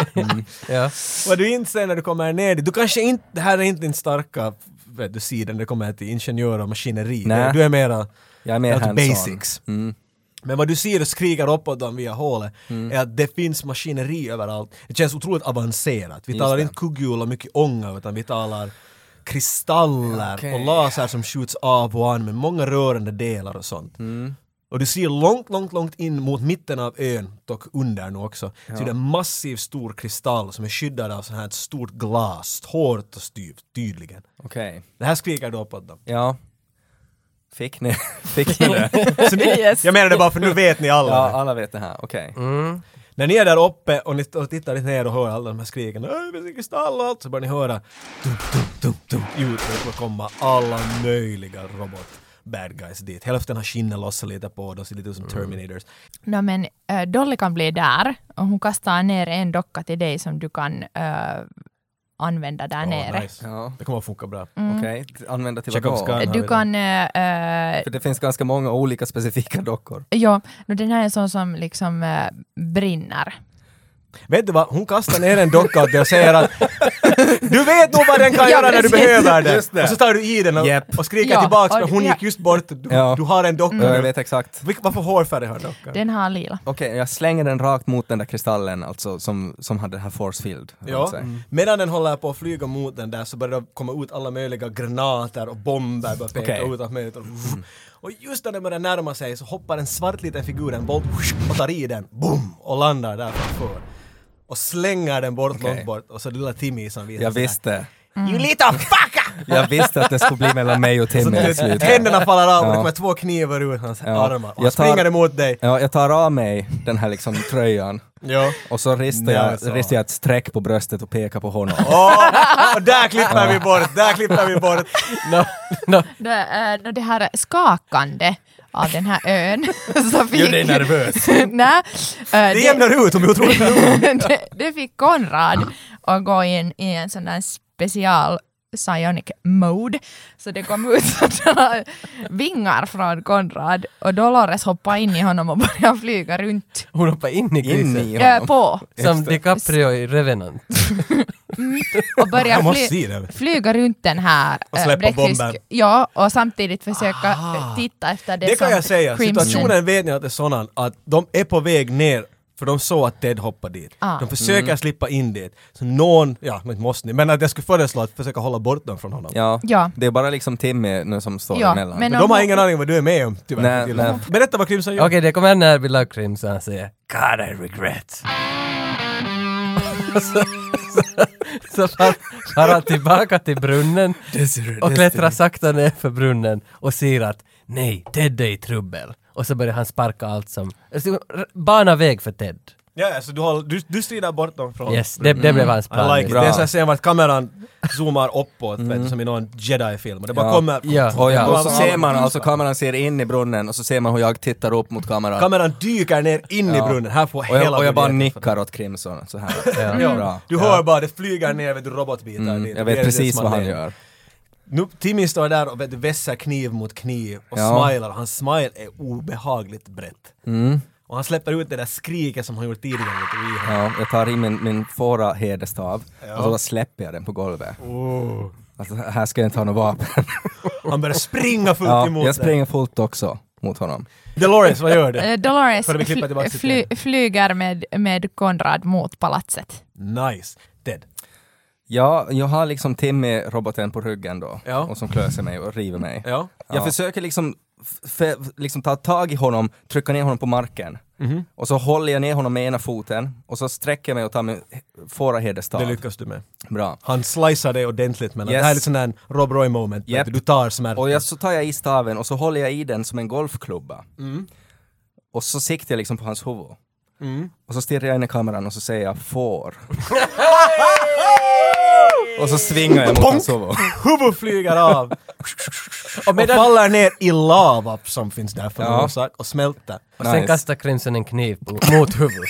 ja. Vad du inser när du kommer ner dit, du kanske inte, det här är inte din starka vet du, sidan, det kommer till ingenjör och maskineri. Nej. Du är mera Jag är mer alltså hands-on. basics. Mm. Men vad du ser och skriker uppåt dem via hålet är att det finns maskineri överallt. Det känns otroligt avancerat. Vi Just talar det. inte kugghjul och mycket ånga utan vi talar kristaller Okej. och laser som skjuts av och an med många rörande delar och sånt. Mm. Och du ser långt, långt, långt in mot mitten av ön, dock under nu också, så är det en massiv stor kristall som är skyddad av så här ett stort glas, hårt och styvt, tydligen. Okej. Det här skriker du uppåt dem. Ja. Fick ni, fick ni det? Så ni, Yes. jag menar det bara för nu vet ni alla. Ja, alla vet det här. Okej. Mm. När ni är där uppe och ni och tittar lite ner och hör alla de här skriken, "Öj, det finns kristall och allt", så börjar ni höra dum, dum, dum, dum, ljud och det kommer komma alla möjliga robot bad guys dit. Hälften har skinnen lossat lite på, de ser lite ut som Terminators. No, men äh, Dolly kan bli där och hon kastar ner en docka till dig som du kan äh, använda där Åh, nere. nice. Ja. Det kommer att funka bra. Okej. Använda till Chekhovs vad gun. då? har Du vi kan... Äh, äh, För det finns ganska många olika specifika dockor. ja, no, den här är en sån som liksom äh, brinner. Vet du vad? Hon kastar ner en docka åt dig och säger att du vet nog vad den kan Ja, göra när du precis. behöver den. Just det. Och så tar du i den och, Japp. och skriker Ja, tillbaks och men hon ja. gick just bort. Du, Ja. du har en docka Ja, nu. jag vet exakt. Vilk- Vad för hårfärg har dockan? Den har lila. Okej, jag slänger den rakt mot den där kristallen alltså, som, som hade den här force field. Ja, Ja. Mm. medan den håller på att flyga mot den där så börjar det komma ut alla möjliga granater och bomber börjar peka Okej. ut allt möjligt. Och, och just när den börjar närma sig så hoppar en svart liten figur, en bolt, och tar i den, boom, och landar där framför. Och slänger den bort, Okej. långt bort. Och så lilla Timmy som visar Jag sig där. visste. You little fucker! Jag visste att det skulle bli mellan mig och Så Timmy i det- slutet. händerna faller av och det Ja. kommer två knivar ut hans Ja. armar. Och han Jag tar- springer emot dig. Ja, jag tar av mig den här liksom tröjan Ja. och så ristar Nej, jag, så. ristar jag ett streck på bröstet och pekar på honom. Åh, och där klipper vi bort, där klipper vi bort. No, no. Det, äh, det här skakande av den här ön. Så fick, Gör dig nervös. Nej, äh, Det jämnar ut om du är otroligt det, det fick Konrad att gå in i en sån där special psionic mode. Så det kom ut sådana vingar från Konrad och Dolores hoppade in i honom och började flyga runt. Hon hoppar in i In krisen. i Äh, honom. på. Som DiCaprio i Revenant. Och började Jag måste fly, se det. flyga runt den här Och äh, släppa bläckfisk. bomben. Ja, och samtidigt försöka äh, titta efter det, Det kan som jag säga, Crimson- situationen vet ni att det är sådan att de är på väg ner för de såg att Ted hoppade dit. Ah. De försöker slippa in dit. Så någon, ja, men måste ni, men att jag skulle föreslå att försöka hålla bort dem från honom. Ja. Ja. Det är bara liksom Timmy nu som står Ja, emellan. men- Men de har ingen aning om vad du är med om, tyvärr. Nej, Till- nej. Berätta vad Crimson gör. Okej, det kommer när vi lag Crimson och säger God I regret. så så, så far, far han tillbaka till brunnen och klättrar sakta ner för brunnen och ser att nej, Ted är i trubbel. Och så börjar han sparka allt som... alltså, bana väg för Ted. Ja, ja, så du, har, du, du strider bort dem från... Yes, det, det blev hans I plan. like it. Bra. Det är så här scen vart kameran zoomar uppåt, vet du, som i någon Jedi-film. Och det bara Ja. kommer... Ja. Och, ja, och så Ja. ser man, alltså kameran ser in i brunnen och så ser man hur jag tittar upp mot kameran. Kameran dyker ner in Ja. i brunnen. Här får och, jag, hela och jag bara budgeten för nickar åt Crimson så här. Ja. Ja. Bra. Du hör bara, det flyger ner vet du, robotbitar Mm, dit. jag Det är vet det precis som vad han ler. gör. Nu, Timmy står där och vet du, vässar kniv mot kniv och Ja. smilar. Hans smile är obehagligt brett. Mm. Och Och han släpper ut det där skriket som han gjort tidigare. Vet du, Ja, jag tar i min, min fåra hederstav Ja. och så bara släpper jag den på golvet. oh. Alltså, här ska jag inte ha något vapen. Han börjar springa fullt Ja, emot jag det. springer fullt också mot honom. Dolores, vad gör du? Eh, Dolores För att vi klipper fly, tillbaka till fly, det. flyger med, med Konrad mot palatset. Nice. Dead. Ja, jag har liksom Timmy-roboten på ryggen då. Ja. Och som klöser mig och river mig. Ja. Jag Ja. försöker liksom, f- f- liksom ta tag i honom, trycka ner honom på marken. Mhm. Och så håller jag ner honom med ena foten. Och så sträcker jag mig och tar min fåra hederstav. Det lyckas du med. Bra. Han slicear det ordentligt, men Yes. det här är lite sån där Rob Roy moment. Yep. Du tar smärtan. Och jag, så tar jag i staven och så håller jag i den som en golfklubba. Mm. Och så siktar jag liksom på hans huvud. Mm. Och så stirrar jag in i kameran och så säger jag får. Och så svingar jag mot Bonk! hans huvud. Huvud flyger av. Och och medan, faller ner i lava som finns där för Ja. någon sak och smälter. och sen Nice. kastar Crimson en kniv på- mot huvudet.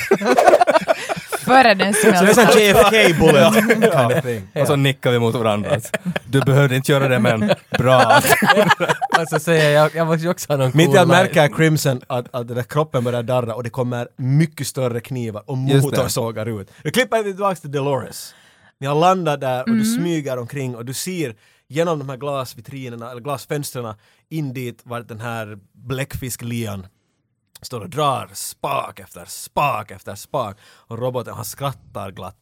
Före den Så det är sån smälter. J F K bullet kind of thing. Och så nickar vi mot varandra. Du behövde inte göra det, men bra. Och så säger jag, jag måste ju också ha någon Mitt i cool att line. märka Crimson att, att den där kroppen börjar darra och det kommer mycket större knivar och Just det. motorsågar ut. Nu klipper vi tillbaka till Dolores. Ni har landat där och du smyger omkring och du ser genom de här glasvitrinerna eller glasfönstren in dit vart den här bläckfisklian står och drar spak efter spak efter spak och roboten han skrattar glatt.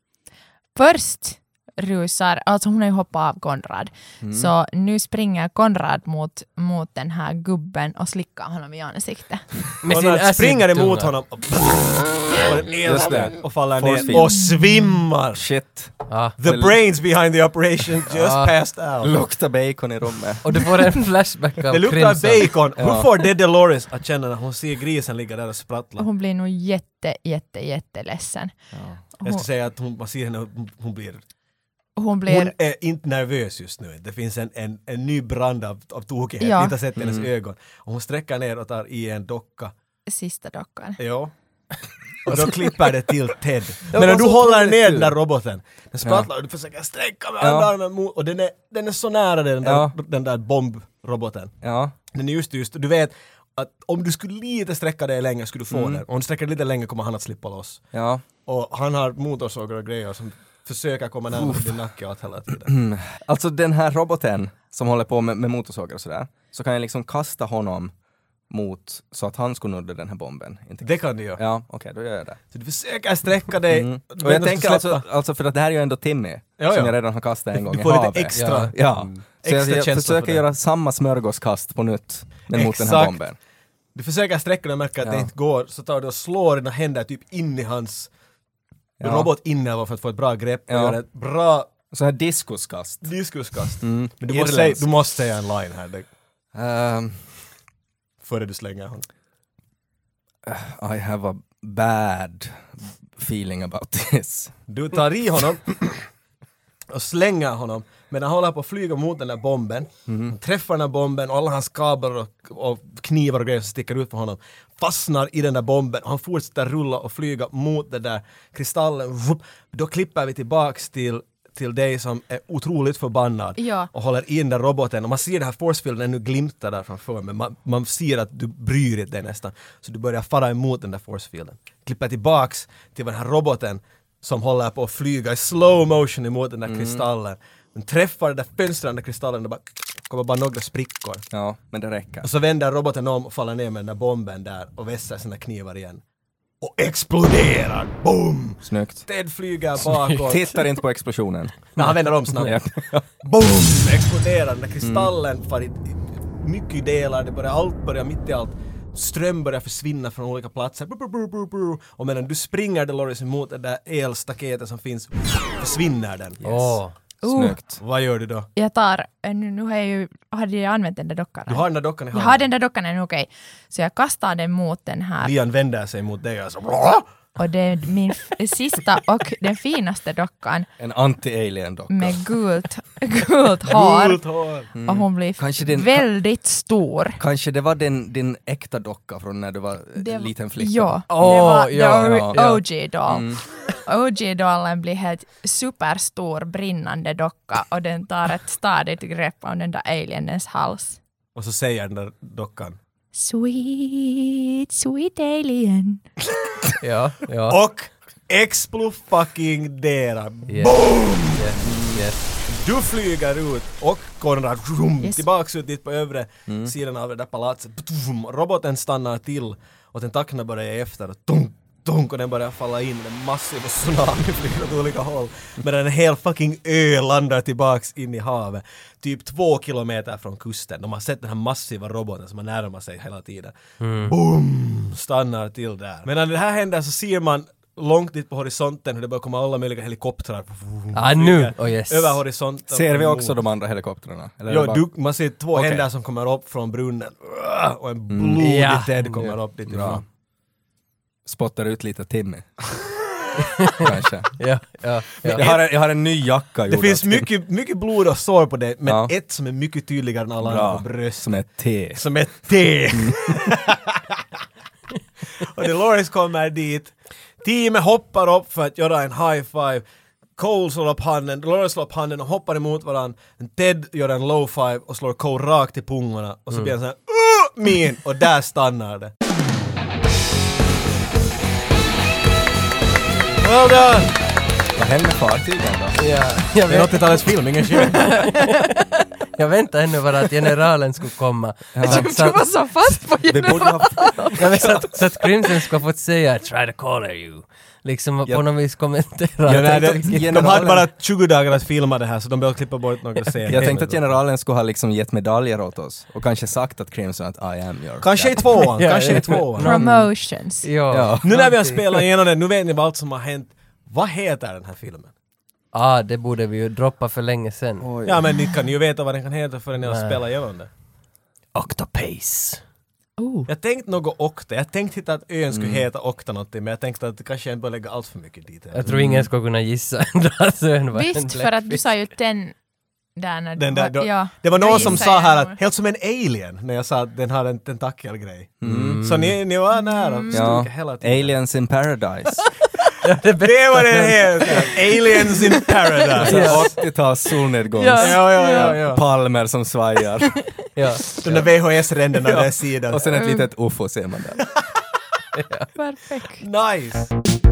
Först rusar, alltså hon har ju hoppat av Konrad. Mm. Så nu springer Konrad mot, mot den här gubben och slickar honom i ansiktet. Med Och sin när springer acid-tunga. emot honom och, och den Just det. enstar och faller Force ner field. och svimmar. Shit. The Ja. Väl- brains behind the operation just Ja. passed out. Luktar bacon i rummet. Och du får en flashback av Det luktar Crimson. bacon. Ja. Hur får det Dolores att känna när hon ser grisen ligga där och sprattla? Hon blir nog jätte, jätte, jätteledsen. Jag ska säga att hon, man ser henne, hon, hon blir... Hon blir... Hon är inte nervös just nu. Det finns en, en, en ny brand av, av tokighet. Ja. Vi inte har sett hennes Mm. ögon. Och hon sträcker ner och tar i en docka. sista dockan. Ja. Och då klipper det till Ted. var Men när du så håller otroligt ner kul. den där roboten, den sprattlar och du försöker sträcka med Ja. andra armen mot, och den är, den är så nära den där, Ja. den där bombroboten. Ja. Den är just just, du vet att om du skulle lite sträcka dig länge skulle du få Mm. den. Och om du sträcker lite länge kommer han att slippa loss. Ja. Och han har motorsågar och grejer som försöker komma närmare din nacke åt hela tiden. Mm. Alltså den här roboten som håller på med, med motorsågar och sådär, så kan jag liksom kasta honom mot så att han skulle nudda den här bomben. Inte Det kan du göra. Ja, okej, då gör jag det. Så du försöker sträcka dig. Mm. Du Och jag vet att tänker du alltså, släpper- alltså, för att det här är ju ändå Timmy, Ja, som ja. jag redan har kastat en gång Du i får havet. lite extra. Ja. Ja. Så jag, Extra jag känsla försöker för det. göra samma smörgåskast på nytt, men mot den här Exakt. bomben. Du försöker sträcka dig och märker att Ja. det inte går, så tar du och slår dina händer typ in i hans Ja. robotinälva för att få ett bra grepp och Ja. göra ett bra Så här diskuskast. diskuskast. Mm. Men du måste, säga, Irländskt. du måste säga en line här det, Ehm, före du slänger honom. I have a bad feeling about this. Du tar i honom och slänger honom, men han håller på att flyga mot den där bomben. Han träffar den där bomben och alla hans kablar och, och knivar och grejer som sticker ut på honom fastnar i den där bomben. Han fortsätter rulla och flyga mot den där kristallen. Vup. Då klipper vi tillbaks till till dig som är otroligt förbannad Ja. och håller in den roboten och man ser det här forcefielden nu glimta där framför men man, man ser att du bryr dig nästan så du börjar fara emot den där forcefielden. Klipper tillbaks till den här roboten som håller på att flyga i slow motion emot den där kristallen. Den träffar den där fönstren där kristallen och bara kommer bara några sprickor. Ja, men det räcker. Och så vänder roboten om och faller ner med den där bomben där och vässar sina knivar igen. Och exploderar! Boom! Snyggt. Ted flyger bakåt. Tittar inte på explosionen. Nej, han vänder om snabbt. Ja. Boom! Exploderar. Den där kristallen far i, i mycket delar. Det börjar, allt börjar mitt i allt. Ström börjar försvinna från olika platser. Brr, brr, brr, brr. Och medan du springer Dolores emot det där elstaketet som finns försvinner den. Åh. Snyggt. Vad gör du då? Jag tar, nu, nu har jag ju, hade jag använt den där dockan. Du har den där dockan i Jag handen. har den där dockan ännu, okej. Så jag kastar den mot den här. Lian vänder sig mot dig och så... Och det är min f- sista och den finaste dockan En anti-alien-docka. med gult, gult hår. Gult hår. Och hon blir Kanske den- väldigt stor. Kanske det var din, din äkta docka från när du var Det- en liten flicka. Ja, det Åh, var ja, the ja, ja. O G-doll. O G-dollen blir helt superstor brinnande docka och den tar ett stadigt grepp om den där alienens hals. Och så säger den där dockan Sweet, sweet alien. Ja, ja. Och explo-fucking-dera. Yes. Boom! Yes, yes. Du flyger ut och Konrad vroom, Yes. tillbaks ut dit på övre sidan av det där palatset. Boom, roboten stannar till och tentaklerna börjar ge efter. Och dunk, dunk, och den börjar falla in. En massiv tsunami flyger åt olika håll. Men en hel fucking ö landar tillbaks in i havet. Typ två kilometer från kusten. De har sett den här massiva roboten som har närmat sig hela tiden. Boom! Stannar till där. Men när det här händer så ser man långt dit på horisonten hur det börjar komma alla möjliga helikoptrar. Ah, nu! Oh, yes. Över horisonten. Ser vi också de andra helikoptrarna? Eller är det Jo, bara- du, man ser två Okej. händer som kommer upp från brunnen. Och en blodig Ja. Ted kommer upp dit Bra. ifrån. Spottar ut lite Timmy. Kanske. Ja, ja, ja. Jag har, en, jag har en ny jacka Det gjord finns av Timmy. mycket, mycket blod och sår på det, men Ja. ett som är mycket tydligare än alla Bra. andra på bröst. Som ett te. Som ett T. Och Dolores kommer dit. Teamet hoppar upp för att göra en high five. Cole slår upp handen, Dolores slår upp handen och hoppar emot varandra. Ted gör en low five och slår Cole rakt i pungorna. Och så blir han såhär uh, min! Och där stannar det. Well done! Vad händer med fartygen då? Ja, jag, Det är vet, åttiotalets film, ingen shit. jag väntar ännu bara att generalen skulle komma. Så, Du så, var så fast på Vi borde ha... jag vet, så, att, så att Crimson ska få säga “try to collar you”. Liksom på Ja. något vis kommentera. Ja, nej, det, Generalen- de hade bara tjugo dagar att filma det här så de behöver klippa bort några scener. Jag tänkte att generalen skulle ha liksom gett medaljer åt oss och kanske sagt att Crimson att I am your... Kanske i tvåan, Ja, kanske ja. i tvåan. Promotions. Ja. Ja. Nu när vi har spelat igenom det, nu vet ni vad allt som har hänt. Vad heter den här filmen? Ah, det borde vi ju droppa för länge sedan. Oj. Ja, men ni kan ju veta vad den kan heta förrän ni har Nej. spelat igenom det. Octopace. Oh. Jag tänkte något Okta. Jag tänkte hitta att ön skulle Mm. heta Okta någonting, men jag tänkte att det kanske jag inte bör lägga allt för mycket dit. Jag tror ingen ska kunna gissa ändå att ön var en Visst, för att du sa ju den där när Den du där, var, då, ja. det var någon Jag som gissar sa här jag nog. att helt som en alien när jag sa att den har en tentakelgrej. Mm. Så ni, ni var nära. Mm. Ja. Stod hela tiden. Aliens in Paradise. Ja, det bästa. Det var den heter! Aliens in Paradise. Ja. åttio-tals solnedgångs... Ja. Ja, ja, ja, ja. Palmer som svajar. Ja. De där V H S-ränderna där sidan. Och sen ett litet U F O ser man där. Perfekt. Nice!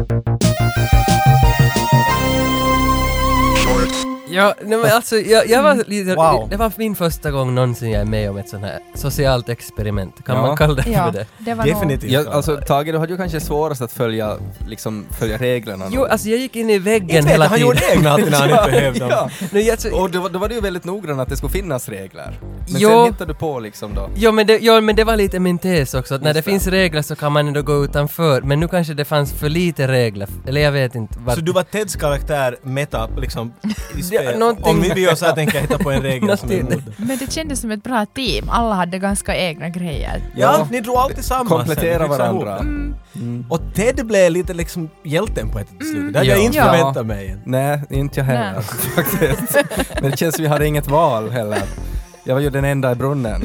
Ja, nej, men alltså, jag, jag var lite, Wow. det var min första gång någonsin jag är med om ett sånt här socialt experiment. Kan Ja. man kalla det Ja, för det? det var Definitivt. Ja, alltså Tage, du hade ju kanske svårast att följa, liksom, följa reglerna. Jo, alltså jag gick in i väggen Inte vet hela jag, han tiden. gjorde egna alltid när han inte behövde dem. Ja. Nej, jag, tror- Och då, då var du ju väldigt noggrann att det skulle finnas regler. Men Jo. sen hittade du på liksom då. Jo men, det, jo men det var lite min tes också, att när Just det det. finns regler så kan man ändå gå utanför, men nu kanske det fanns för lite regler, eller jag vet inte vad... Så du var Teds karaktär meta liksom i spel? Ja, någonting- Om vi gör så här tänker jag hitta på en regel som är Någonting. emot det. Men det kändes som ett bra team. Alla hade ganska egna grejer. Ja, Ja. ni drog alltid samman. Komplettera sen, ni fixade ihop varandra. det. Mm. Och Ted blev lite liksom hjälten på ett till slut. Det hade Ja. jag inte Ja. förväntat mig. Nej, inte jag heller Nej. faktiskt. Men det känns som vi hade inget val heller. Jag var ju den enda i brunnen.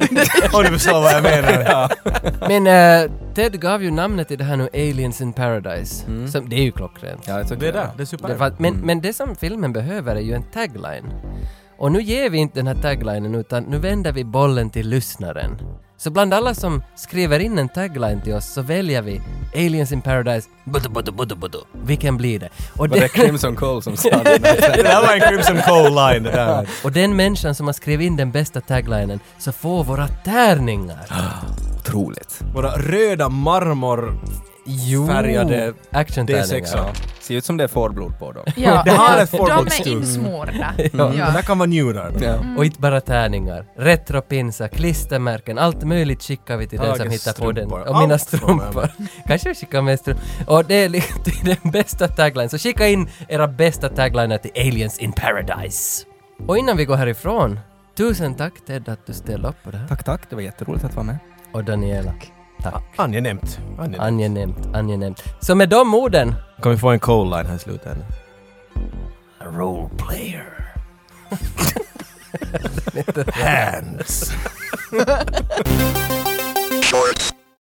Om du förstår vad jag menar. Ja. Men eh, Ted gav ju namnet till det här nu, Aliens in Paradise. Mm. Som, det är ju klockrent. Ja, jag tycker Det är där, det är super. Det var, men, Mm. men det som filmen behöver är ju en tagline. Och nu ger vi inte den här taglinen utan nu vänder vi bollen till lyssnaren. Så bland alla som skriver in en tagline till oss så väljer vi Aliens in Paradise, budu, budu, budu, budu. Vilken blir det? Och, Var det den, Crimson Cole som sa det? Det där var en Crimson Cole-line det där. och den människan som har skrivit in den bästa taglinen så får våra tärningar. Otroligt. Våra röda marmor Jo, färgade action-tärningar. D sex. Ja. Ser ut som det är fårblod på dem. Ja, Det har ett de forward-stuk. är insmorda. Ja. Det Ja. där kan vara njudar. Ja. Och inte bara tärningar. Retropinsa, klistermärken, allt möjligt skickar vi till den som Tages hittar på den. strumpor. Och mina Allt får strumpor. Kanske vi skickar med strumpor. Och det är liksom den bästa taglinen. Så skicka in era bästa tagliner till Aliens in Paradise. Och innan vi går härifrån, tusen tack Ted att du ställde upp på det här. Tack, tack. Det var jätteroligt att vara med. Och Daniela. Tack. Angenämt. Angenämt. Angenämt, angenämt. Så med de orden... Kan vi få en Cole-line här i slutet? A role player. Hands. Shorts.